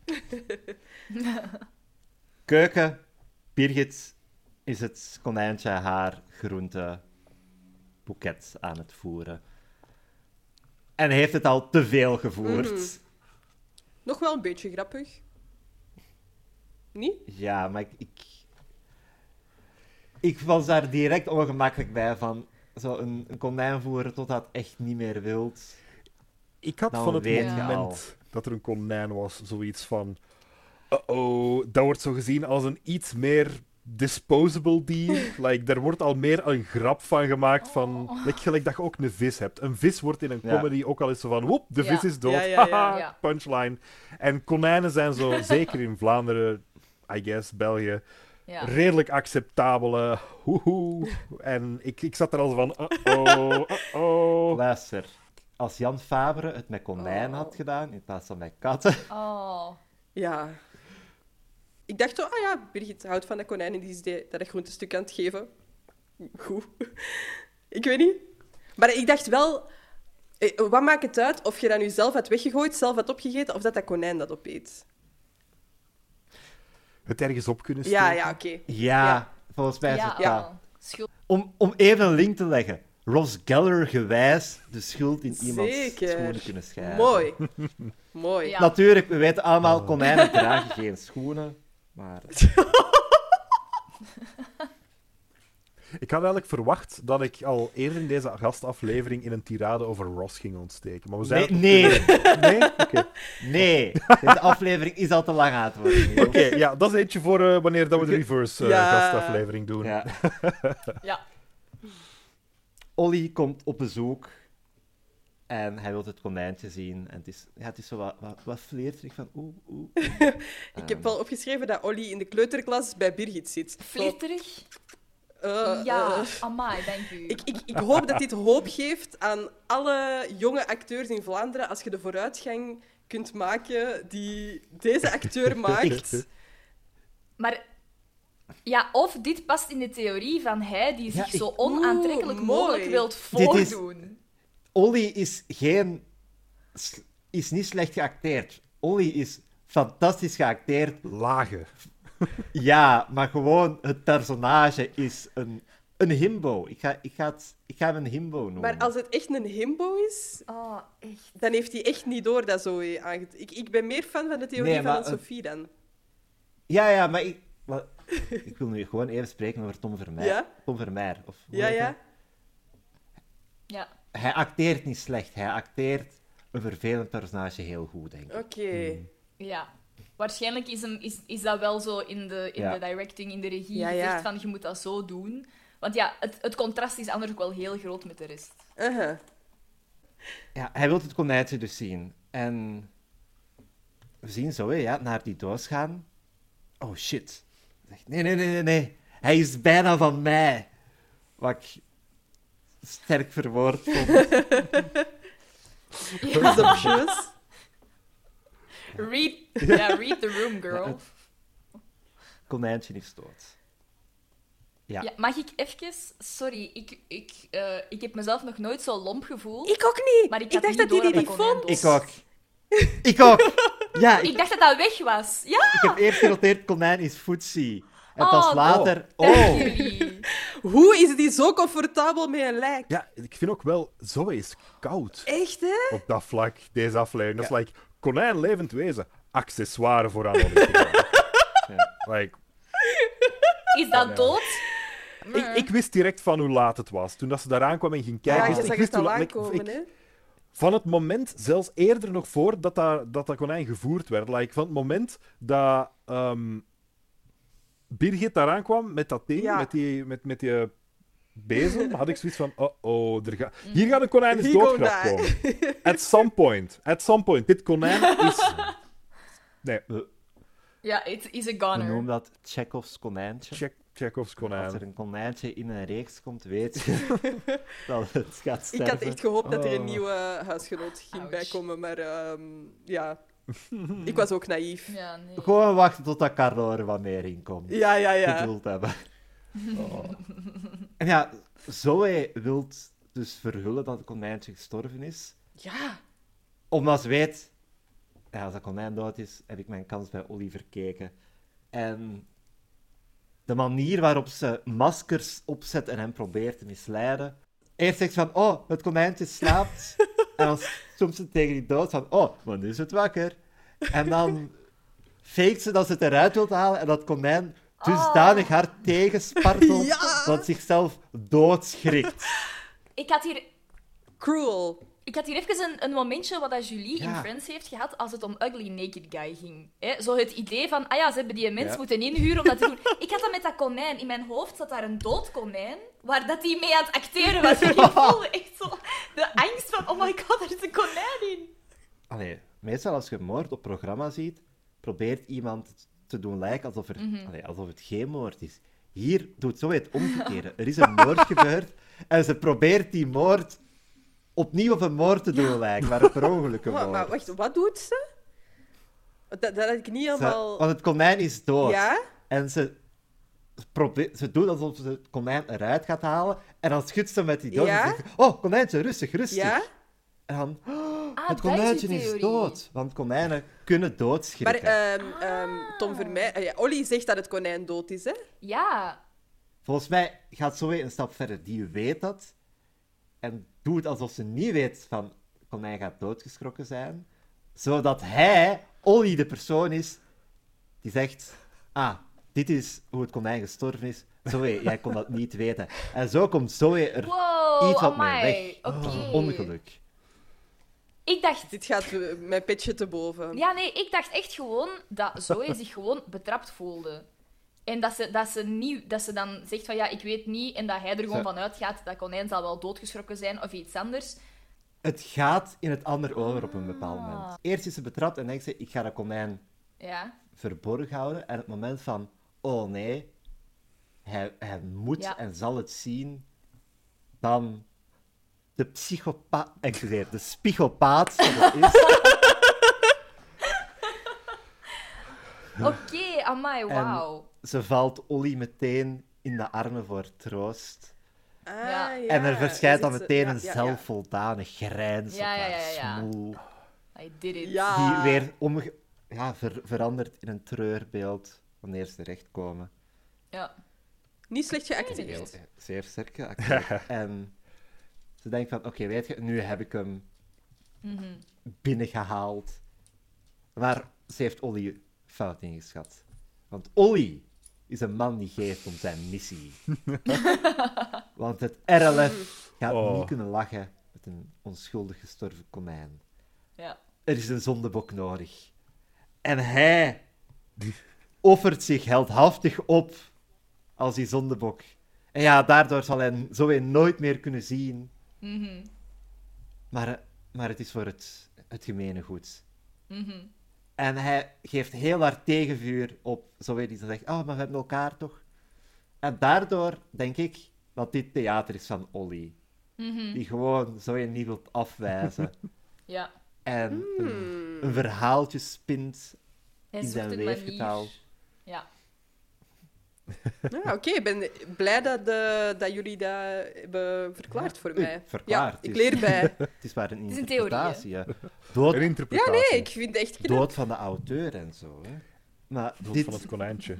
Keuken, Birgit is het konijntje haar groente boeket aan het voeren. En heeft het al te veel gevoerd. Mhm. Nog wel een beetje grappig. Niet? Ja, maar ik, ik... Ik was daar direct ongemakkelijk bij van... Zo een, een konijn voeren totdat het echt niet meer wilt. Ik had Dan van het weet je moment al. dat er een konijn was, zoiets van... Uh-oh, dat wordt zo gezien als een iets meer disposable dier. Like, daar wordt al meer een grap van gemaakt van... Oh. Like, gelijk dat je ook een vis hebt. Een vis wordt in een Ja. comedy ook al eens zo van... Woep, de Ja. vis is dood. Ja, ja, ja. Haha, Ja. punchline. En konijnen zijn zo, zeker in Vlaanderen, I guess, België... Ja. redelijk acceptabele. Hoehoe. En ik, ik zat er al zo van. Uh-oh, uh-oh. Luister, als Jan Favre het met konijnen had gedaan in plaats van met katten... Oh. Ja. Ik dacht zo, ah ja, Birgit houdt van de konijn en die is die, dat een groentestuk aan het geven. Goed. Ik weet niet. Maar ik dacht wel, eh, wat maakt het uit of je dat nu zelf had weggegooid, zelf had opgegeten, of dat dat konijn dat opeet? Het ergens op kunnen steken. Ja, ja, oké. Ja, Ja. volgens mij is Ja, het dat. oh. Schuld. Om, om even een link te leggen. Ross Geller gewijs de schuld in iemands Zeker. schoenen kunnen schrijven. Mooi. Mooi. Ja. Natuurlijk, we weten allemaal, konijnen dragen geen schoenen. Maar Ik had eigenlijk verwacht dat ik al eerder in deze gastaflevering in een tirade over Ross ging ontsteken. Maar we zijn nee, het op- nee, Nee? Oké. nee. Deze aflevering is al te lang aan het worden. Niels. Oké, ja, dat is eentje voor eh, wanneer dat we de reverse eh, Ja. gastaflevering doen. Ja. Ja. Olly komt op bezoek en hij wil het konijntje zien. En het is, ja, het is zo wat, wat, wat flirterig van oeh, oeh. Ik heb wel opgeschreven dat Olly in de kleuterklas bij Birgit zit. Flitterig? Eh, Ja. eh. Amai, dank u. Ik, ik, ik hoop dat dit hoop geeft aan alle jonge acteurs in Vlaanderen als je de vooruitgang kunt maken die deze acteur maakt. Maar... Ja, of dit past in de theorie van hij die zich Ja, ik- zo onaantrekkelijk Oeh, mogelijk mooi. wilt Dit is- voordoen. Olly is geen... is niet slecht geacteerd. Olly is fantastisch geacteerd. Lage. Ja, maar gewoon het personage is een, een himbo. Ik ga, ik, ga het, ik ga hem een himbo noemen. Maar als het echt een himbo is, Oh, echt. dan heeft hij echt niet door dat zo aanget... Ik, ik ben meer fan van de theorie Nee, van maar, Anne-Sophie dan. Ja, ja, maar ik... maar- ik wil nu gewoon even spreken over Tom Vermeer. Ja? Tom Vermeer. Of hoe Ja, heet ja. hij? Ja. Hij acteert niet slecht. Hij acteert een vervelend personage heel goed, denk ik. Oké. Hmm. Ja. waarschijnlijk is, hem, is, is dat wel zo in de, in Ja. de directing, in de regie, Ja, gezegd ja. van je moet dat zo doen. Want ja, het, het contrast is anders ook wel heel groot met de rest. Uh-huh. Ja, hij wil het konijntje dus zien. En we zien zo, hè, ja, naar die doos gaan. Oh, shit. Hij zegt, nee, nee, nee, nee, nee. Hij is bijna van mij. Wat ik sterk verwoord vond. Presumptuous. Read, ja, read the room, girl. Ja, Konijntje is dood. Ja. Ja, mag ik even... Sorry, ik, ik, eh, ik heb mezelf nog nooit zo lomp gevoeld. Ik ook niet. Maar ik Ik, had dacht niet dat hij door die dat niet dat konijn vond. dood Ik ook. Ik ook. Ja, ik, Ik dacht dat dat weg was. Ja! ik heb eerst genoteerd, konijn is footsie. En Oh, pas later... Dank Oh, jullie. Hoe is die zo comfortabel met een lijk? Ja, ik vind ook wel, Zoe is koud Echt, hè? op dat vlak, deze aflevering. Dat is like, konijn levend wezen, accessoire voor aan ons. Like, Is dat dood? ik, ik wist direct van hoe laat het was. Toen dat ze daar aankwam en ging kijken, Ja, wist- je ik zag wist het hoe al laat... ik- aankomen, ik- hè? Van het moment, zelfs eerder nog voor dat dat, dat, dat konijn gevoerd werd, like, van het moment dat ehm, Birgit daar aankwam met dat ding, Ja. met die, met, met die bezem, had ik zoiets van, oh oh, er gaat hier gaat een konijn eens He gon' doodgrap die. komen. At some point, at some point, dit konijn is... Nee, Ja, het is een we goner. noemen dat Chekhovs konijntje. check, Chekhov's Als konijn. er een konijntje in een reeks komt, weet je dat het gaat sterven. Ik had echt gehoopt dat er een Oh. nieuwe huisgenoot ging Ouch. bijkomen, maar ehm, ja, ik was ook naïef. Ja, nee. Gewoon wachten tot dat Carlo er wat meer in komt. Ja, ja, ja. Geduld hebben. Oh. En ja, Zoe wil dus verhullen dat het konijntje gestorven is. Ja. Omdat ze weet, ja, als dat konijn dood is, heb ik mijn kans bij Olly verkeken. En de manier waarop ze maskers opzet en hem probeert te misleiden. Eerst zegt ze van, oh, het konijntje slaapt. En dan soms ze tegen die dood van, oh, maar nu is het wakker. En dan faked ze dat ze het eruit wil halen en dat konijn dusdanig hard tegenspartelt Ja. dat het zichzelf doodschrikt. Ik had hier... Cruel. Ik had hier even een, een momentje wat dat Julie in Ja. Friends heeft gehad als het om Ugly Naked Guy ging. Hè? Zo het idee van, ah ja, ze hebben die mens Ja. moeten inhuren om dat te doen. Ik had dat met dat konijn. In mijn hoofd zat daar een dood konijn, waar dat hij mee aan het acteren was. En ik voelde echt zo de angst van, oh my god, er is een konijn in. Allee, meestal als je moord op programma ziet, probeert iemand te doen lijken alsof, er, allee, alsof het geen moord is. Hier doet zo het omgekeerde. Er is een moord gebeurd en ze probeert die moord opnieuw op een moord te doen lijken, maar een per ongeluk een Maar, moord. maar wacht, wat doet ze? Dat, dat had ik niet Ze- helemaal... want het konijn is dood. Ja? En ze, probe- ze doet alsof ze het konijn eruit gaat halen en dan schudt ze met die dood Ja? en zegt oh, konijntje, rustig, rustig. Ja? En dan, oh, Ah, het dat is konijntje uw is, theorie. dood. Want konijnen kunnen Maar doodschrikken. ehm, ehm, Tom Vermeij... ah ja, Olly zegt dat het konijn dood is, hè? Ja. Volgens mij gaat Zoe een stap verder. Die weet dat. En doet alsof ze niet weet van konijn gaat doodgeschrokken zijn. Zodat hij, Olly, de persoon is die zegt... Ah, dit is hoe het konijn gestorven is. Zoe, jij kon dat niet weten. En zo komt Zoe er Wow, iets wat mee amai. weg. Oké. Ongeluk. Ik dacht... Dit gaat eh, mijn petje te boven. Ja, nee, ik dacht echt gewoon dat Zoe zich gewoon betrapt voelde. En dat ze, dat, ze niet, dat ze dan zegt van ja, ik weet niet, en dat hij er gewoon Ze- van uitgaat dat konijn zal wel doodgeschrokken zijn of iets anders. Het gaat in het ander over op een bepaald moment. Eerst is ze betrapt en denkt ze, ik ga dat konijn Ja. verborgen houden. En het moment van, oh nee, hij, hij moet Ja. en zal het zien, dan de psychopaat, excuseer, de psychopaat die dat is. Oké, amai, wauw. Ze valt Olly meteen in de armen voor troost. Ah, Ja. ja. En er verschijnt dan Zegt ze- meteen ja, een ja, ja. zelfvoldane grijns Ja, op ja, haar ja, ja. smoel, I did it. Ja. die weer omge- ja, ver- verandert in een treurbeeld wanneer ze terechtkomen. Ja. Niet slecht Heel, geacteerd. zeer sterk geacteerd. En ze denkt van, oké, weet je, nu heb ik hem Mhm. binnengehaald. Maar ze heeft Olly fout ingeschat. Want Olly is een man die geeft om zijn missie. Want het R L F gaat Oh. niet kunnen lachen met een onschuldig gestorven konijn. Ja. Er is een zondebok nodig. En hij offert zich heldhaftig op als die zondebok. En ja, daardoor zal hij Zoe nooit meer kunnen zien. Mhm. Maar, maar het is voor het, het gemene goed. Mhm. En hij geeft heel hard tegenvuur op Zoe die dan zegt, oh, maar we hebben elkaar toch? En daardoor denk ik dat dit theater is van Ollie. Mhm. Die gewoon Zoe niet wil afwijzen. Ja. En een, Hmm. een verhaaltje spint Hij in zoekt zijn een weefgetouw. manier. Ja. Ja, oké, ik ben blij dat, de, dat jullie dat hebben verklaard voor Oei, mij. verklaard, Ja, ik dus. leer bij. Het is maar een is een theorie, hè? interpretatie. Hè. Dood, Een Ja, interpretatie. nee, ik vind het echt knap. dood van de auteur en zo. Hè. Maar Dood dit, van het konijntje.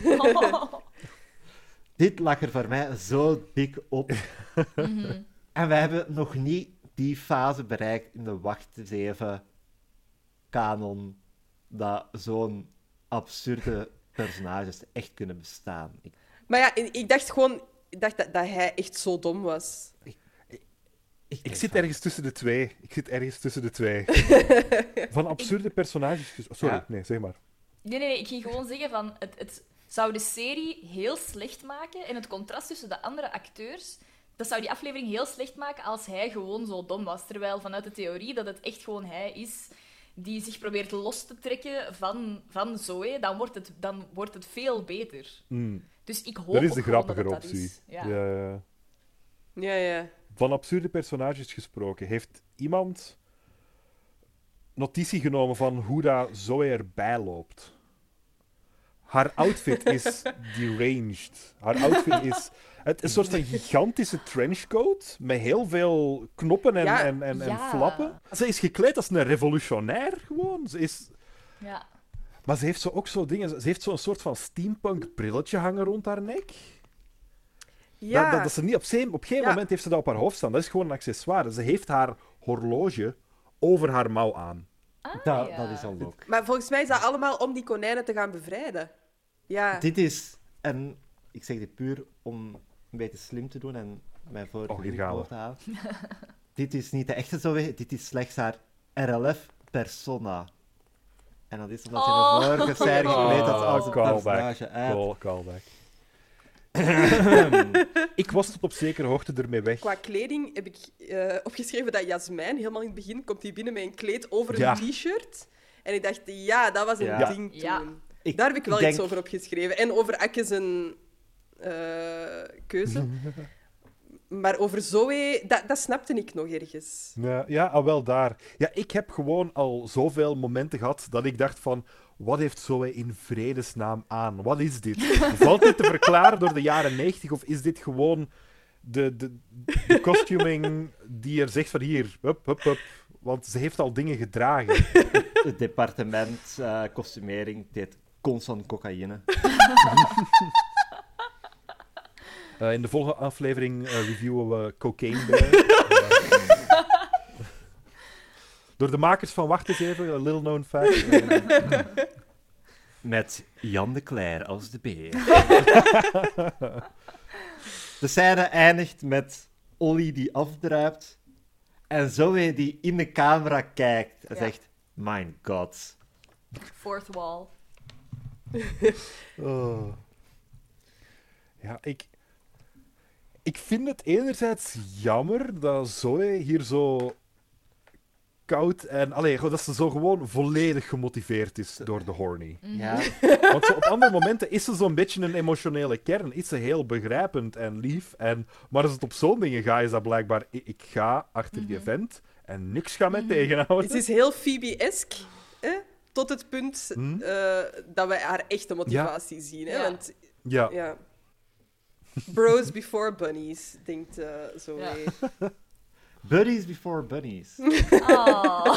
dit lag er voor mij zo dik op. Mhm. En we hebben nog niet die fase bereikt in de wachtzeven kanon dat zo'n absurde personages echt kunnen bestaan. Ik, Maar ja, ik dacht gewoon ik dacht dat, dat hij echt zo dom was. ik, Ik denk zit van- ergens tussen de twee. Ik zit ergens tussen de twee. Van absurde personages. ges- Sorry, Ja. nee, zeg maar. Nee, nee, nee, ik ging gewoon zeggen van het, het zou de serie heel slecht maken en het contrast tussen de andere acteurs, dat zou die aflevering heel slecht maken als hij gewoon zo dom was. Terwijl vanuit de theorie dat het echt gewoon hij is die zich probeert los te trekken van, van Zoe, dan wordt, het, dan wordt het veel beter. Mm. Dus ik hoop Dat is ook de gewoon grappige dat het dat optie. is. Ja. Ja, ja. Ja, ja. Van absurde personages gesproken. Heeft iemand notitie genomen van hoe dat Zoe erbij loopt? Haar outfit is deranged. Haar outfit is het, een soort van gigantische trenchcoat met heel veel knoppen en, Ja. en, en, en Ja. flappen. Ze is gekleed als een revolutionair gewoon. Ze is... Ja. Maar ze heeft zo ook zo dingen. Ze heeft zo'n soort van steampunk brilletje hangen rond haar nek. Ja, Dat, dat, dat ze niet op, zee, op geen Ja. moment heeft ze dat op haar hoofd staan. Dat is gewoon een accessoire. Ze heeft haar horloge over haar mouw aan. Ah, dat, ja. dat is al ook. maar volgens mij is dat allemaal om die konijnen te gaan bevrijden. Ja. Dit is, en ik zeg dit puur om een beetje slim te doen en mij voor Oh, hier jullie gaan we. voor te halen. Dit is niet de echte Zoe, dit is slechts haar R L F-persona. En dat is omdat ze in Oh. de vorige serie gekleed had als een callback. personage uit. Call, callback. Ik was tot op zekere hoogte ermee weg. Qua kleding heb ik eh, opgeschreven dat Jasmijn, helemaal in het begin, komt hij binnen met een kleed over een Ja. t-shirt. En ik dacht, ja, dat was een Ja. ding toen. Ja. Ik Daar heb ik wel denk- iets over opgeschreven. En over Akke zijn eh, keuze. Maar over Zoe, dat, dat snapte ik nog ergens. Ja, ja, al wel daar. Ja, ik heb gewoon al zoveel momenten gehad dat ik dacht van... Wat heeft Zoe in vredesnaam aan? Wat is dit? Valt dit te verklaren door de jaren negentig? Of is dit gewoon de, de, de costuming die er zegt van hier, hup, hup, hup. Want ze heeft al dingen gedragen. Het departement eh kostumering deed constant cocaïne. Eh, in de volgende aflevering eh, reviewen we Cocaine Bear. Eh, door de makers van Wacht eens even, een little known fact. Eh, Met Jan de Cler als de beer. De scène eindigt met Ollie die afdruipt en Zoe die in de camera kijkt en Ja. zegt, my god. Fourth wall. Oh. Ja, ik... Ik vind het enerzijds jammer dat Zoe hier zo koud en... Allee, gewoon dat ze zo gewoon volledig gemotiveerd is door de horny. Ja, Want zo op andere momenten is ze zo'n beetje een emotionele kern. Is ze heel begrijpend en lief. En... Maar als het op zo'n dingen gaat, is dat blijkbaar... Ik, ik ga achter die vent en niks gaat mij tegenhouden. Het is heel Phoebe-esque, hè? Tot het punt Hm? eh, dat we haar echte motivatie zien. Hè? Ja. Want, Ja. ja... Bros before bunnies, denkt eh Zoe. Ja. buddies before bunnies. Oh.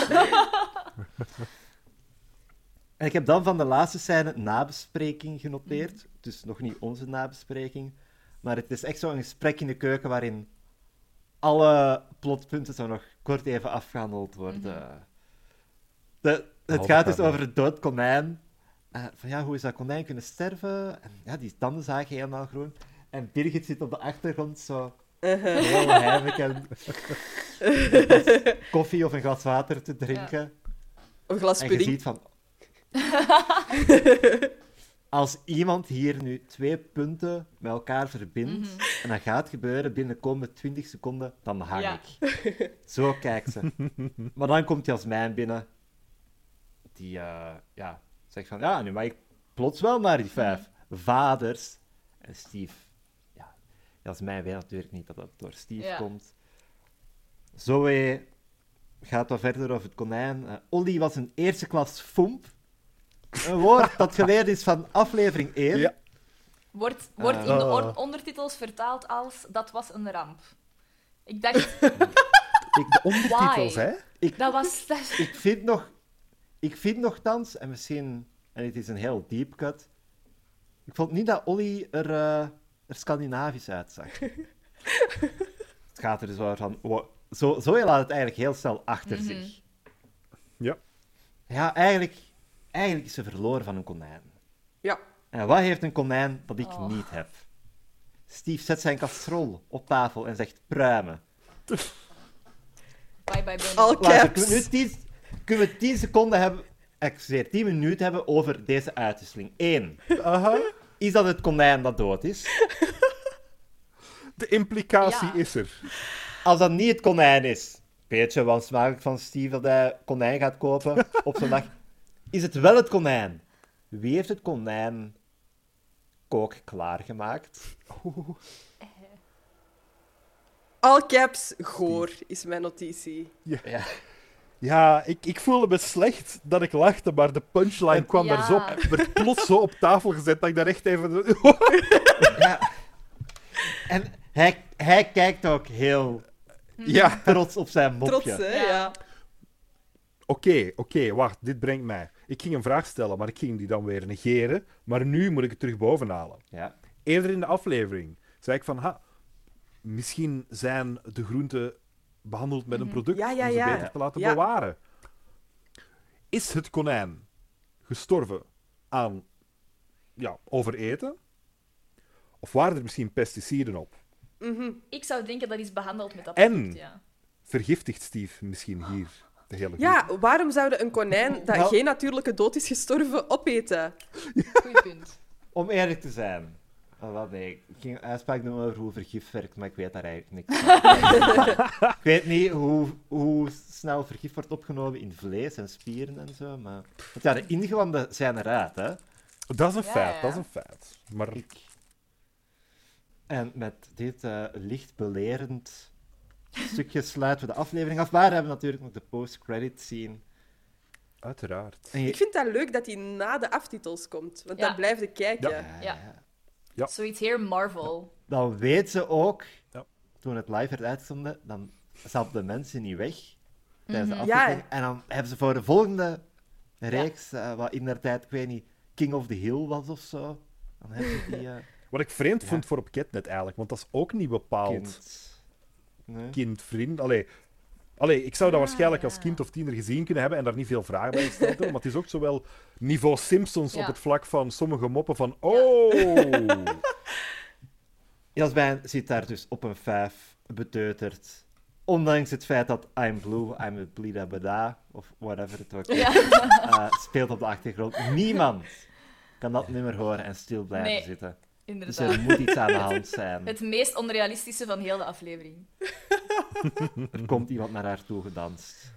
En ik heb dan van de laatste scène nabespreking genoteerd. Dus nog niet onze nabespreking. Maar het is echt zo'n gesprek in de keuken waarin alle plotpunten zo nog kort even afgehandeld worden. De, het Behalve gaat dus Carmen. over het dood konijn. Eh, van ja, hoe is dat konijn kunnen sterven? En ja, die tanden zagen helemaal groen. En Birgit zit op de achtergrond zo heel heimelijk en een glas koffie of een glas water te drinken. Een glas En je pudding. ziet van... Als iemand hier nu twee punten met elkaar verbindt, Mhm. en dat gaat gebeuren binnen de komende twintig seconden, dan hang Ja. ik. Zo kijkt ze. Maar dan komt Jasmijn binnen. Die eh, ja, zegt van, ja, nu mag ik plots wel naar die vijf vaders. En Steve, ja, Jasmijn weet natuurlijk niet dat dat door Steve Ja. komt. Zoe gaat wat verder over het konijn. Eh, Olly was een eerste klas fomp. Een woord dat geleerd is van aflevering één. Ja. Wordt, wordt in de Ah. or- ondertitels vertaald als dat was een ramp. Ik dacht, Ik, De ondertitels, Why? hè? ik, dat was... Dat... ik vind nog... Ik vind nogthans, en misschien... En het is een heel deep cut. Ik vond niet dat Olly er, eh, er Scandinavisch uitzag. Het gaat er dus wel van... wow, zo, zo laat het eigenlijk heel snel achter Mhm. zich. Ja. Ja, eigenlijk, eigenlijk is ze verloren van een konijn. Ja. En wat heeft een konijn dat ik Oh. niet heb? Steve zet zijn kastrol op tafel en zegt pruimen. Bye bye Bunny. Al Luister, caps. kunnen we nu tien, kunnen we tien seconden hebben... Excuseer, tien minuten hebben over deze uitwisseling. Eén. Aha. Is dat het konijn dat dood is? De implicatie Ja. is er. Als dat niet het konijn is, beetje wansmakelijk van Steve dat hij konijn gaat kopen op zo'n dag, is het wel het konijn? Wie heeft het konijn kook klaargemaakt? All caps, goor, is mijn notitie. Ja. Ja, ik, ik voelde me slecht dat ik lachte, maar de punchline kwam Ja. er zo, werd plots zo op tafel gezet dat ik daar echt even... Ja. En hij, hij kijkt ook heel Ja, trots op zijn mopje. Trots, hè? Ja. Ja. oké, oké, wacht, dit brengt mij. Ik ging een vraag stellen, maar ik ging die dan weer negeren. Maar nu moet ik het terug bovenhalen. Ja. Eerder in de aflevering zei ik van, ha, misschien zijn de groenten behandeld met een product Ja, ja, om ze ja. beter te laten Ja. bewaren. Is het konijn gestorven aan ja, overeten? Of waren er misschien pesticiden op? Mhm. Ik zou denken dat is behandeld met dat En? product, ja. Vergiftigt Steve misschien hier de hele groente? Ja, waarom zouden een konijn dat Nou- geen natuurlijke dood is gestorven opeten? Goeie punt. Om eerlijk te zijn. Oh, wat nee, ik ging een uitspraak doen over hoe vergif werkt, maar ik weet daar eigenlijk niks van. Ik weet niet hoe, hoe snel vergif wordt opgenomen in vlees en spieren en zo, maar... Want ja, de ingewanden zijn eruit, hè. Dat is een Ja, feit, ja. dat is een feit. Maar Ik... En met dit eh, licht belerend stukje sluiten we de aflevering af. Maar we hebben natuurlijk nog de post-credit scene. uiteraard. En je- Ik vind dat leuk dat hij na de aftitels komt, want Ja. dan blijf je kijken. Ja. Ja, Ja. ja. Ja. Zoiets heel Marvel. Dan weet ze ook, Ja. toen het live werd uitgezonden, dan zaten de mensen niet weg tijdens de Mhm. aflevering. Ja. En dan hebben ze voor de volgende reeks, eh, wat in der tijd, ik weet niet, King of the Hill was of zo, dan hebben ze die eh, Wat ik vreemd Ja. vond voor op Catnet eigenlijk, want dat is ook niet bepaald kind... Nee? kindvriend. Allee, allee, ik zou dat Ah, waarschijnlijk ja. als kind of tiener gezien kunnen hebben en daar niet veel vragen bij gesteld hebben, maar het is ook zowel niveau Simpsons Ja. op het vlak van sommige moppen van oh... Jasmijn zit daar dus op een vijf, beteuterd. Ondanks het feit dat I'm Blue, I'm a Blida Bada, of whatever het ook is, Ja. eh, speelt op de achtergrond. Niemand kan dat nummer horen en stil blijven Nee. zitten. Dus Inderdaad. er moet iets aan de hand zijn. Het meest onrealistische van heel de aflevering. Er komt iemand naar haar toe gedanst.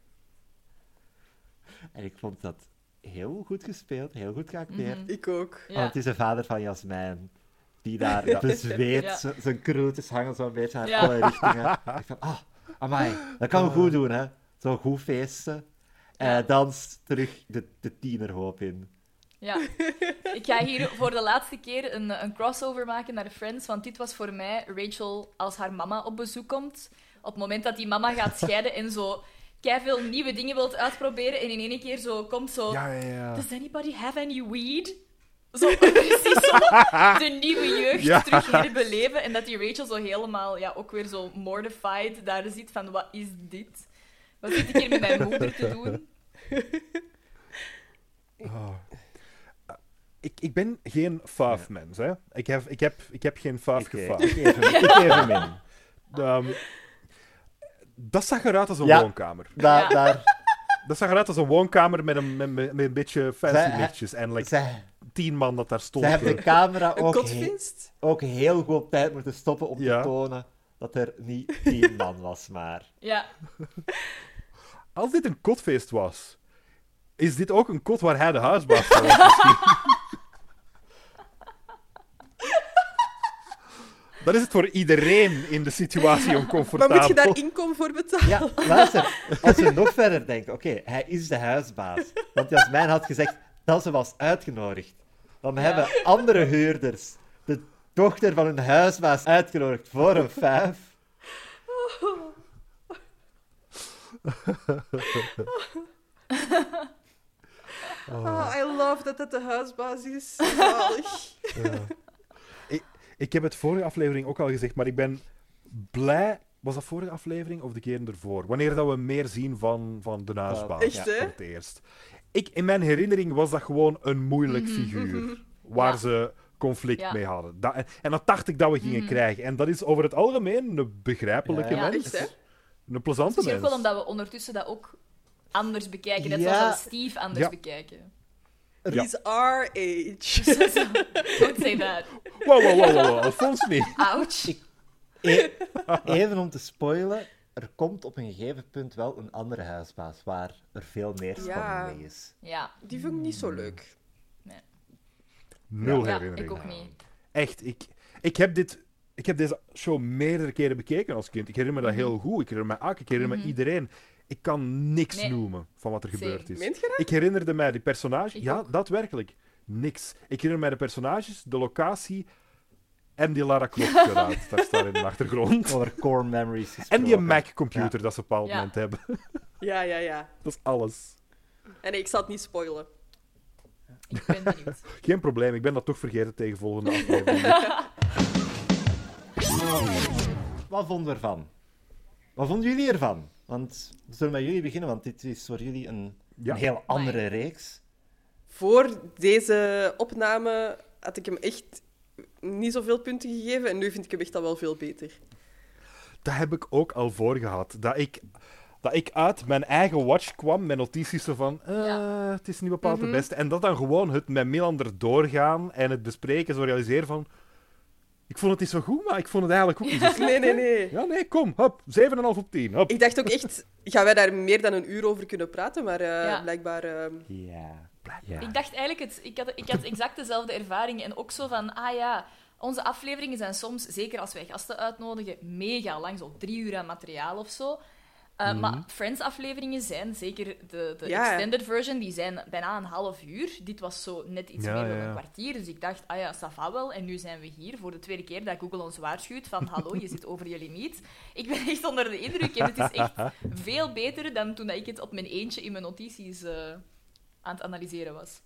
En ik vond dat heel goed gespeeld, heel goed geacteerd. Mhm. Ik ook. Ja. Want het is de vader van Jasmijn. Die daar Ja. bezweet, Ja. zo- zijn kroetjes hangen zo'n beetje naar Ja. alle richtingen. Ik dacht van, ah, amai, dat kan we goed doen, hè. Zo goed feesten. En Ja. hij danst terug de, de tienerhoop in. Ja. Ik ga hier voor de laatste keer een, een crossover maken naar Friends, want dit was voor mij Rachel als haar mama op bezoek komt. Op het moment dat die mama gaat scheiden en zo keiveel nieuwe dingen wilt uitproberen en in één keer zo komt zo... Ja, ja, ja. Does anybody have any weed? Zo precies zo de nieuwe jeugd Ja. terug herbeleven. En dat die Rachel zo helemaal, ja, ook weer zo mortified daar zit van, wat is dit? Wat zit ik hier met mijn moeder te doen? Oh. Ik, ik ben geen faafmens, hè. Ik heb, ik heb, ik heb geen faaf Ik, eh, gefaafd. ik geef hem, ik geef hem in. Ehm, dat zag eruit als een Ja. woonkamer. Da- Ja. daar, Dat zag eruit als een woonkamer met een, met, met, met een beetje fancy Zij- lichtjes. En like, Zij, tien man dat daar zij stond. hebben de camera Een ook, he- kotfeest? ook heel goed op tijd moeten stoppen om Ja. te tonen dat er niet tien man was, maar... Ja. Als dit een kotfeest was, is dit ook een kot waar hij de huisbaas van was misschien? Dan is het voor iedereen in de situatie Maar oncomfortabel. moet je daar inkomen voor betalen? Ja, luister, als we nog verder denken, oké, hij is de huisbaas. Want Jasmijn had gezegd dat ze was uitgenodigd. Dan hebben andere huurders de dochter van hun huisbaas uitgenodigd voor een vijf. Ah, I love dat het de huisbaas is. Zalig. ik, ik heb het vorige aflevering ook al gezegd, maar ik ben blij... Was dat vorige aflevering of de keer ervoor? Wanneer dat we meer zien van, van de huisbaas Echt, hè? voor het eerst. Ik, in mijn herinnering was dat gewoon een moeilijk figuur. Waar Ja. ze conflict Ja. mee hadden. Dat, en dat dacht ik dat we gingen Mhm. krijgen. En dat is over het algemeen een begrijpelijke Ja, ja. mens. Echt, hè? Een plezante Misschien mens. ook wel omdat we ondertussen dat ook anders bekijken. Net Ja. zoals we Steve anders Ja. bekijken. Ja. He's our age. Don't say that. Wow, wow, wow, wow. Alfons niet. Ouch. E- even om te spoilen, er komt op een gegeven punt wel een andere huisbaas waar er veel meer spanning Ja. mee is. Ja. Die vond ik niet zo leuk. Nul Ja, herinnering. ik ook niet. Echt, ik, ik, heb dit, ik heb deze show meerdere keren bekeken als kind. Ik herinner me dat heel goed. Ik herinner me Ak, ik herinner me Mhm. iedereen. Ik kan niks Nee. noemen van wat er Same. gebeurd is. Meent je dat? Ik herinnerde mij die personages. Ik Ja, ook. daadwerkelijk. Niks. Ik herinner mij de personages, de locatie en die Lara Croft geluid. Daar staat in de achtergrond. Over core memories En gesproken. die Mac-computer dat ze op een bepaald Ja. moment hebben. Ja, ja, ja. Dat is alles. En ik zal het niet spoilen. Ik ben benieuwd. Geen probleem, ik ben dat toch vergeten tegen volgende aflevering. Wat vonden we ervan? Wat vonden jullie ervan? Want we zullen met jullie beginnen, want dit is voor jullie een, Ja. een heel andere reeks. Voor deze opname had ik hem echt niet zoveel punten gegeven. En nu vind ik hem echt al wel veel beter. Dat heb ik ook al voor gehad. Dat ik, dat ik uit mijn eigen watch kwam met notities zo van... eh, Ja. Het is niet bepaald Mhm. de beste. En dat dan gewoon het met Melander doorgaan en het bespreken, zo realiseren van... Ik vond het niet zo goed, maar ik vond het eigenlijk ook niet zo slecht. Nee, nee, nee. Ja, nee, kom, hop. zeven komma vijf op tien, hop. Ik dacht ook echt, gaan wij daar meer dan een uur over kunnen praten? Maar eh, Ja. blijkbaar... eh, Ja. ja. Ik dacht eigenlijk, het, ik, had, ik had exact dezelfde ervaring. En ook zo van, ah ja, onze afleveringen zijn soms, zeker als wij gasten uitnodigen, mega lang. Zo drie uur aan materiaal of zo. Uh, Maar Friends-afleveringen zijn, zeker de, de Ja. extended version, die zijn bijna een half uur. Dit was zo net iets Ja, meer dan ja, ja. een kwartier. Dus ik dacht, ah ja, ça va wel. En nu zijn we hier voor de tweede keer dat Google ons waarschuwt van hallo, je zit over je limiet. Ik ben echt onder de indruk en het is echt veel beter dan toen ik het op mijn eentje in mijn notities uh, aan het analyseren was.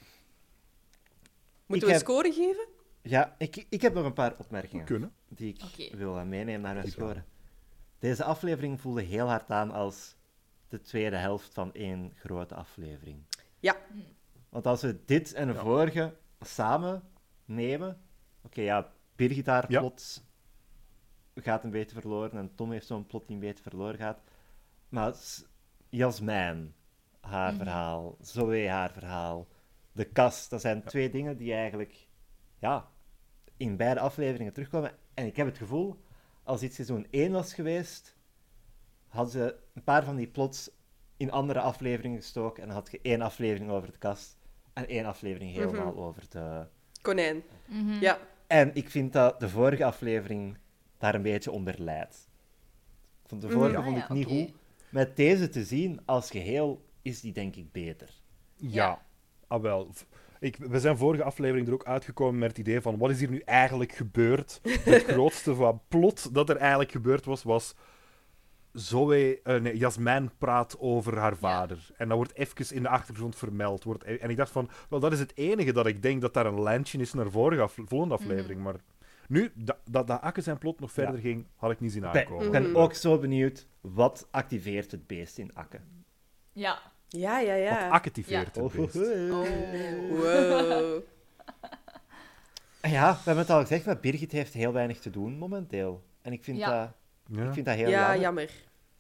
Moeten Ik we heb- een score geven? Ja, ik, ik heb nog een paar opmerkingen Kunnen. die ik Oké. wil eh, meenemen naar mijn Ik wel. score. Deze aflevering voelde heel hard aan als de tweede helft van één grote aflevering. Ja. Want als we dit en de Ja. vorige samen nemen... Oké, ja, Birgit haar Ja. plot gaat een beetje verloren en Tom heeft zo'n plot die een beetje verloren gaat. Maar S- Jasmijn, haar Mhm. verhaal, Zoe, haar verhaal, de kast, dat zijn twee dingen die eigenlijk ja, in beide afleveringen terugkomen. En ik heb het gevoel, als dit seizoen één was geweest, hadden ze een paar van die plots in andere afleveringen gestoken en dan had je één aflevering over de kast en één aflevering helemaal Mhm. over de... Konijn. Mhm. Ja. En ik vind dat de vorige aflevering daar een beetje onder leidt. Ik vond de Mhm. vorige Ah, vond ja, ik niet oké. goed. Met deze te zien als geheel is die denk ik beter. Ja, Ja. ah wel. V- Ik, we zijn vorige aflevering er ook uitgekomen met het idee van wat is hier nu eigenlijk gebeurd? Het grootste van plot dat er eigenlijk gebeurd was, was Zoe, eh, nee, Jasmijn praat over haar vader. En dat wordt even in de achtergrond vermeld. Wordt, e- en ik dacht van, wel, dat is het enige dat ik denk dat daar een lijntje is naar vorige af, volgende aflevering. Maar nu, dat dat, dat Akke zijn plot nog verder Ja. ging, had ik niet zien Ik ben, aankomen. ik ben Mhm. ook zo benieuwd, wat activeert het beest in Akke? Ja. Ja, ja, Wat ja. activeert Oh, het beest? Oh. Wow. Ja, we hebben het al gezegd, maar Birgit heeft heel weinig te doen momenteel. En ik vind, Ja. dat, Ja. ik vind dat heel Ja, jammer. jammer.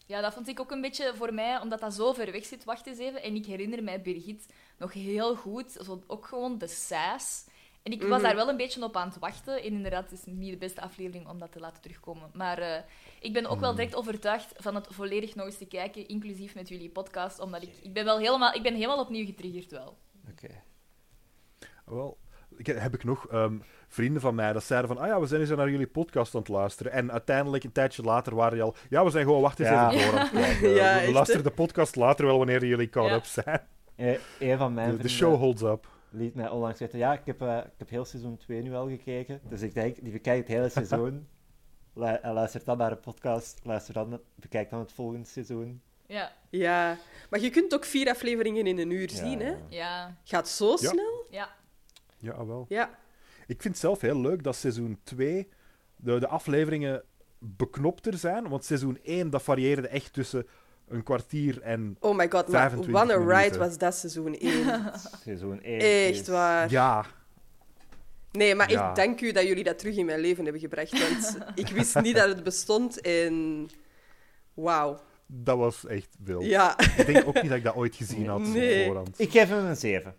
Ja, dat vond ik ook een beetje voor mij, omdat dat zo ver weg zit, wacht eens even. En ik herinner mij Birgit nog heel goed, zo, ook gewoon de saas. En ik was Mhm. daar wel een beetje op aan het wachten. En inderdaad, het is niet de beste aflevering om dat te laten terugkomen. Maar uh, ik ben ook wel direct overtuigd van het volledig nog eens te kijken, inclusief met jullie podcast. Omdat ik, ik ben wel helemaal, ik ben helemaal opnieuw getriggerd wel. Oké. Okay. Wel, ik, heb ik nog um, vrienden van mij dat zeiden van, ah ja, we zijn eens naar jullie podcast aan het luisteren. En uiteindelijk, een tijdje later, waren die al, ja, we zijn gewoon, wacht eens Ja. even door aan het kijken. Ja, we echt, luisteren hè? de podcast later wel wanneer jullie caught Ja. up zijn. Eh, een van mijn De, de vrienden show holds up. liet mij onlangs weten, ja, ik heb, uh, ik heb heel seizoen twee nu al gekeken. Dus ik denk, die bekijkt het hele seizoen. Lu- en luistert dan naar een podcast. Luister dan, bekijk dan het volgende seizoen. Ja, Ja, maar je kunt ook vier afleveringen in een uur Ja, zien, hè? ja. ja, Gaat zo Ja. snel? ja. Ja, wel. Ja. Ik vind het zelf heel leuk dat seizoen twee de, de afleveringen beknopter zijn. Want seizoen één, dat varieerde echt tussen een kwartier en... Oh my god, maar vijfentwintig what a ride minuten. was dat seizoen één. Seizoen één Echt is- waar. Ja, Nee, maar Ja. ik dank u dat jullie dat terug in mijn leven hebben gebracht. Want ik wist niet dat het bestond en... Wauw. dat was echt wild. Ja. Ik denk ook niet dat ik dat ooit gezien had Nee. op voorhand. Ik geef hem een zeven.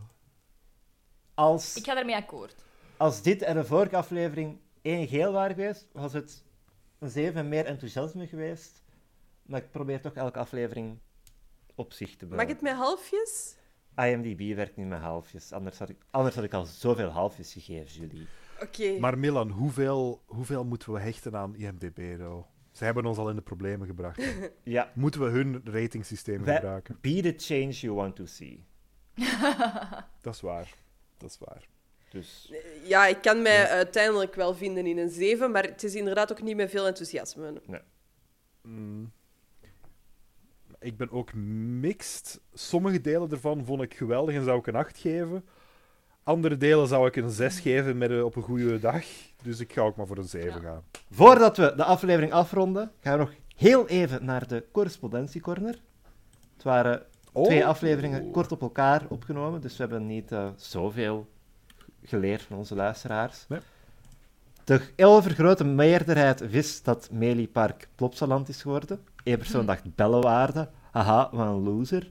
Als, Ik ga daarmee akkoord. als dit en de vorige aflevering één geel waren geweest, was het een zeven en meer enthousiasme geweest. Maar ik probeer toch elke aflevering op zich te Mag behouden. het met halfjes? I M D B werkt niet met halfjes. Anders had ik, anders had ik al zoveel halfjes gegeven, jullie. Oké. Maar Milan, hoeveel, hoeveel moeten we hechten aan I M D B, though? Ze hebben ons al in de problemen gebracht. Ja, Moeten we hun ratingsysteem Wij- gebruiken? be the change you want to see. Dat is waar. Dat is waar. Dus Ja, ik kan mij uiteindelijk wel vinden in een zeven, maar het is inderdaad ook niet met veel enthousiasme. Mm. Ik ben ook mixed. Sommige delen ervan vond ik geweldig en zou ik een acht geven. Andere delen zou ik een zes geven met een, op een goede dag. Dus ik ga ook maar voor een zeven Ja. gaan. voordat we de aflevering afronden, gaan we nog heel even naar de correspondentiecorner. Het waren Oh. twee afleveringen kort op elkaar opgenomen, dus we hebben niet uh, zoveel geleerd van onze luisteraars. Nee. De overgrote meerderheid wist dat Meliepark Plopsaland is geworden. Eén persoon dacht Bellewaarde. Haha, wat een loser.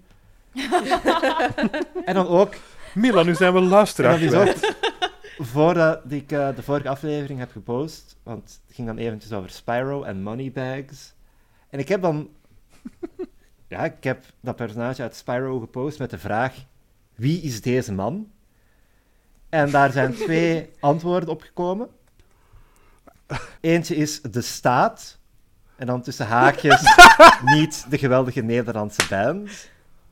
En dan ook, Milan, nu zijn we en luisteraars. dat is ook voordat ik uh, de vorige aflevering heb gepost, want het ging dan eventjes over Spyro en Moneybags. En ik heb dan... Ja, ik heb dat personage uit Spyro gepost met de vraag: wie is deze man? En daar zijn twee antwoorden op gekomen. Eentje is de staat. En dan tussen haakjes niet de geweldige Nederlandse band.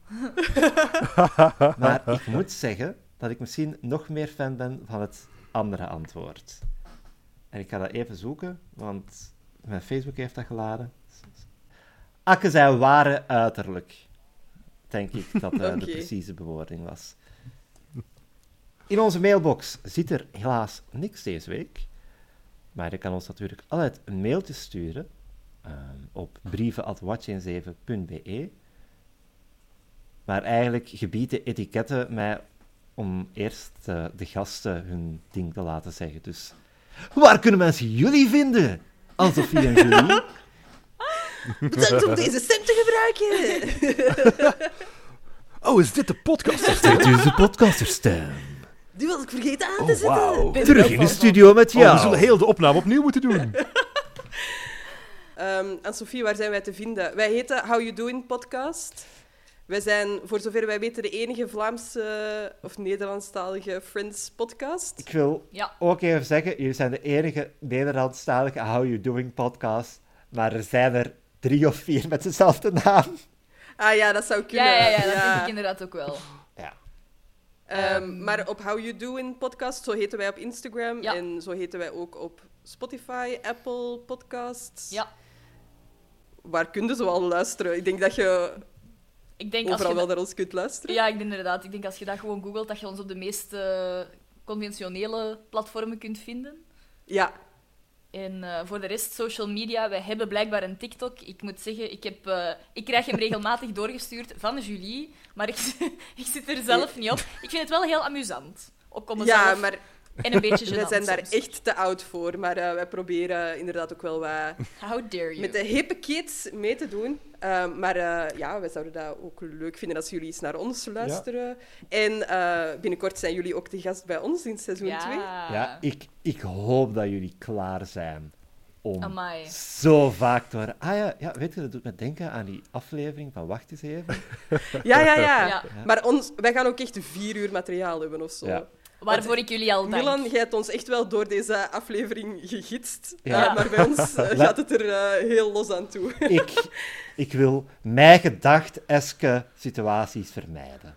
Maar ik moet zeggen dat ik misschien nog meer fan ben van het andere antwoord. En ik ga dat even zoeken, want mijn Facebook heeft dat geladen. Akke zijn ware uiterlijk. Denk ik dat uh, Oké. de precieze bewoording was. In onze mailbox zit er helaas niks deze week. Maar je kan ons natuurlijk altijd een mailtje sturen uh, op brieven at watch zeven punt be. Maar eigenlijk gebiedt de etiketten mij om eerst uh, de gasten hun ding te laten zeggen. Dus waar kunnen mensen jullie vinden? Anne-Sophie en Julie. Bedankt om deze stem te gebruiken. Oh, is dit de podcast? Dit is de podcasterstem. Die was ik vergeten aan te Oh, zetten. wauw. Ben er Terug wel in de van. studio met Oh, jou. we zullen heel de opname opnieuw moeten doen. Um, Anne-Sophie, waar zijn wij te vinden? Wij heten How You Doing Podcast. Wij zijn, voor zover wij weten, de enige Vlaamse of Nederlandstalige Friends podcast. Ik wil Ja. ook even zeggen, jullie zijn de enige Nederlandstalige How You Doing podcast, maar er zijn er drie of vier met dezelfde naam. Ah ja, dat zou kunnen. Ja, ja, ja, dat denk ik inderdaad ook wel. Ja. Um, maar op How You Doing Podcast, zo heten wij op Instagram. Ja. En zo heten wij ook op Spotify, Apple Podcasts. Ja. Waar kun je zo al luisteren? Ik denk dat je Ik denk als overal je wel dat- naar ons kunt luisteren. Ja, ik denk inderdaad. Ik denk als je dat gewoon googelt, dat je ons op de meest eh, conventionele platformen kunt vinden. Ja. En eh, voor de rest, social media. Wij hebben blijkbaar een TikTok. Ik moet zeggen, ik, heb, eh, ik krijg hem regelmatig doorgestuurd van Julie, maar ik, ik zit er zelf niet op. Ik vind het wel heel amusant. Ook om Ja, mezelf maar En een beetje gênant Wij zijn daar soms. echt te oud voor, maar uh, wij proberen inderdaad ook wel wat How dare you. met de hippe kids mee te doen. Uh, maar uh, ja, wij zouden dat ook leuk vinden als jullie eens naar ons luisteren. Ja. En uh, binnenkort zijn jullie ook de gast bij ons in seizoen ja. twee. Ja, ik, ik hoop dat jullie klaar zijn om Amai. zo vaak te horen. Ah ja, ja, weet je, dat doet me denken aan die aflevering van Wacht eens even. Ja, ja, ja. Ja. Maar ons, wij gaan ook echt vier uur materiaal hebben of zo. Ja. Waarvoor ik jullie al dank. Milan, jij hebt ons echt wel door deze aflevering gegidst. Ja. Uh, maar bij ons uh, gaat het er uh, heel los aan toe. ik, ik wil mij gedacht-eske situaties vermijden.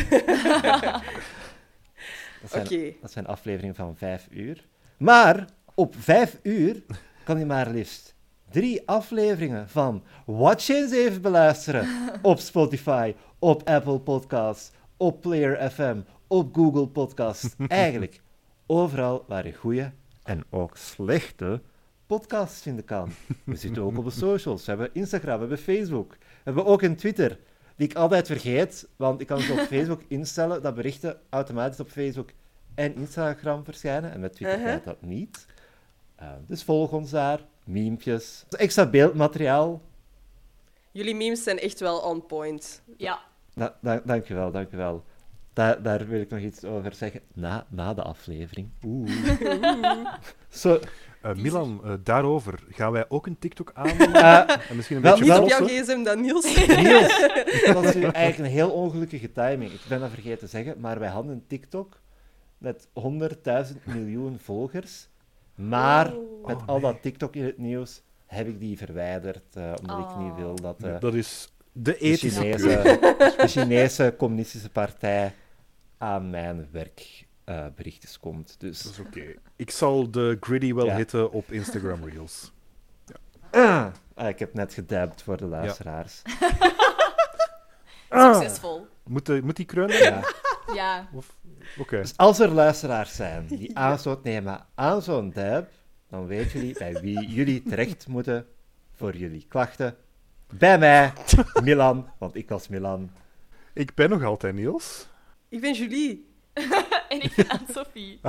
Dat zijn, Oké. dat zijn afleveringen van vijf uur. Maar op vijf uur kan je maar liefst drie afleveringen van Watch eens even beluisteren op Spotify, op Apple Podcasts, op Player F M, op Google Podcasts. Eigenlijk overal waar je goede en ook slechte podcasts vinden kan. We zitten ook op de socials. We hebben Instagram, we hebben Facebook. We hebben ook een Twitter, die ik altijd vergeet, want ik kan zo op Facebook instellen dat berichten automatisch op Facebook en Instagram verschijnen. En met Twitter Uh-huh. gaat dat niet. Uh, dus volg ons daar. Memepjes. Extra beeldmateriaal. Jullie memes zijn echt wel on point. Ja. Da- da- dankjewel, dankjewel. Da- daar wil ik nog iets over zeggen. Na, na de aflevering. Oeh. Zo, Uh, Milan, uh, daarover gaan wij ook een TikTok aandoen. uh, En misschien een wel- beetje Niet op flossen. jouw gsm dan, Niels. Niels, dat is nu eigenlijk een heel ongelukkige timing. Ik ben dat vergeten te zeggen, maar wij hadden een TikTok met honderdduizend miljoen volgers. Maar Oh. met Oh, al dat nee. TikTok in het nieuws heb ik die verwijderd, uh, omdat ik niet wil dat uh, Dat is de de, ethische Chinese, keuze. de Chinese communistische partij aan mijn werkberichtjes uh, komt. Dus Dat is oké. Ik zal de griddy wel Ja. hitten op Instagram Reels. ah, ik heb net gedabbed voor de luisteraars. Succesvol. Moet, de, moet die kreun? Ja. Ja. Of... Oké. Dus als er luisteraars zijn die aanstoot nemen aan zo'n dab, dan weten jullie bij wie jullie terecht moeten voor jullie klachten. Bij mij, Milan, want ik was Milan. Ik ben nog altijd Niels. Ik ben Julie. En ik ben Anne-Sophie.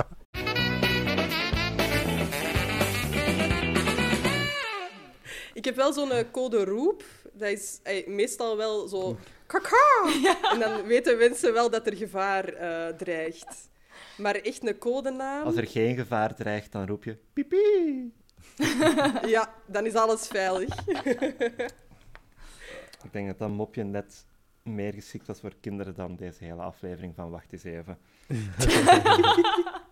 Ik heb wel zo'n uh, code roep. Dat is eh, meestal wel zo... Kaka! En dan weten mensen wel dat er gevaar uh, dreigt. Maar echt een codenaam... Als er geen gevaar dreigt, dan roep je pipi. Ja, dan is alles veilig. Ik denk dat dat mopje net meer geschikt was voor kinderen dan deze hele aflevering van Wacht eens even.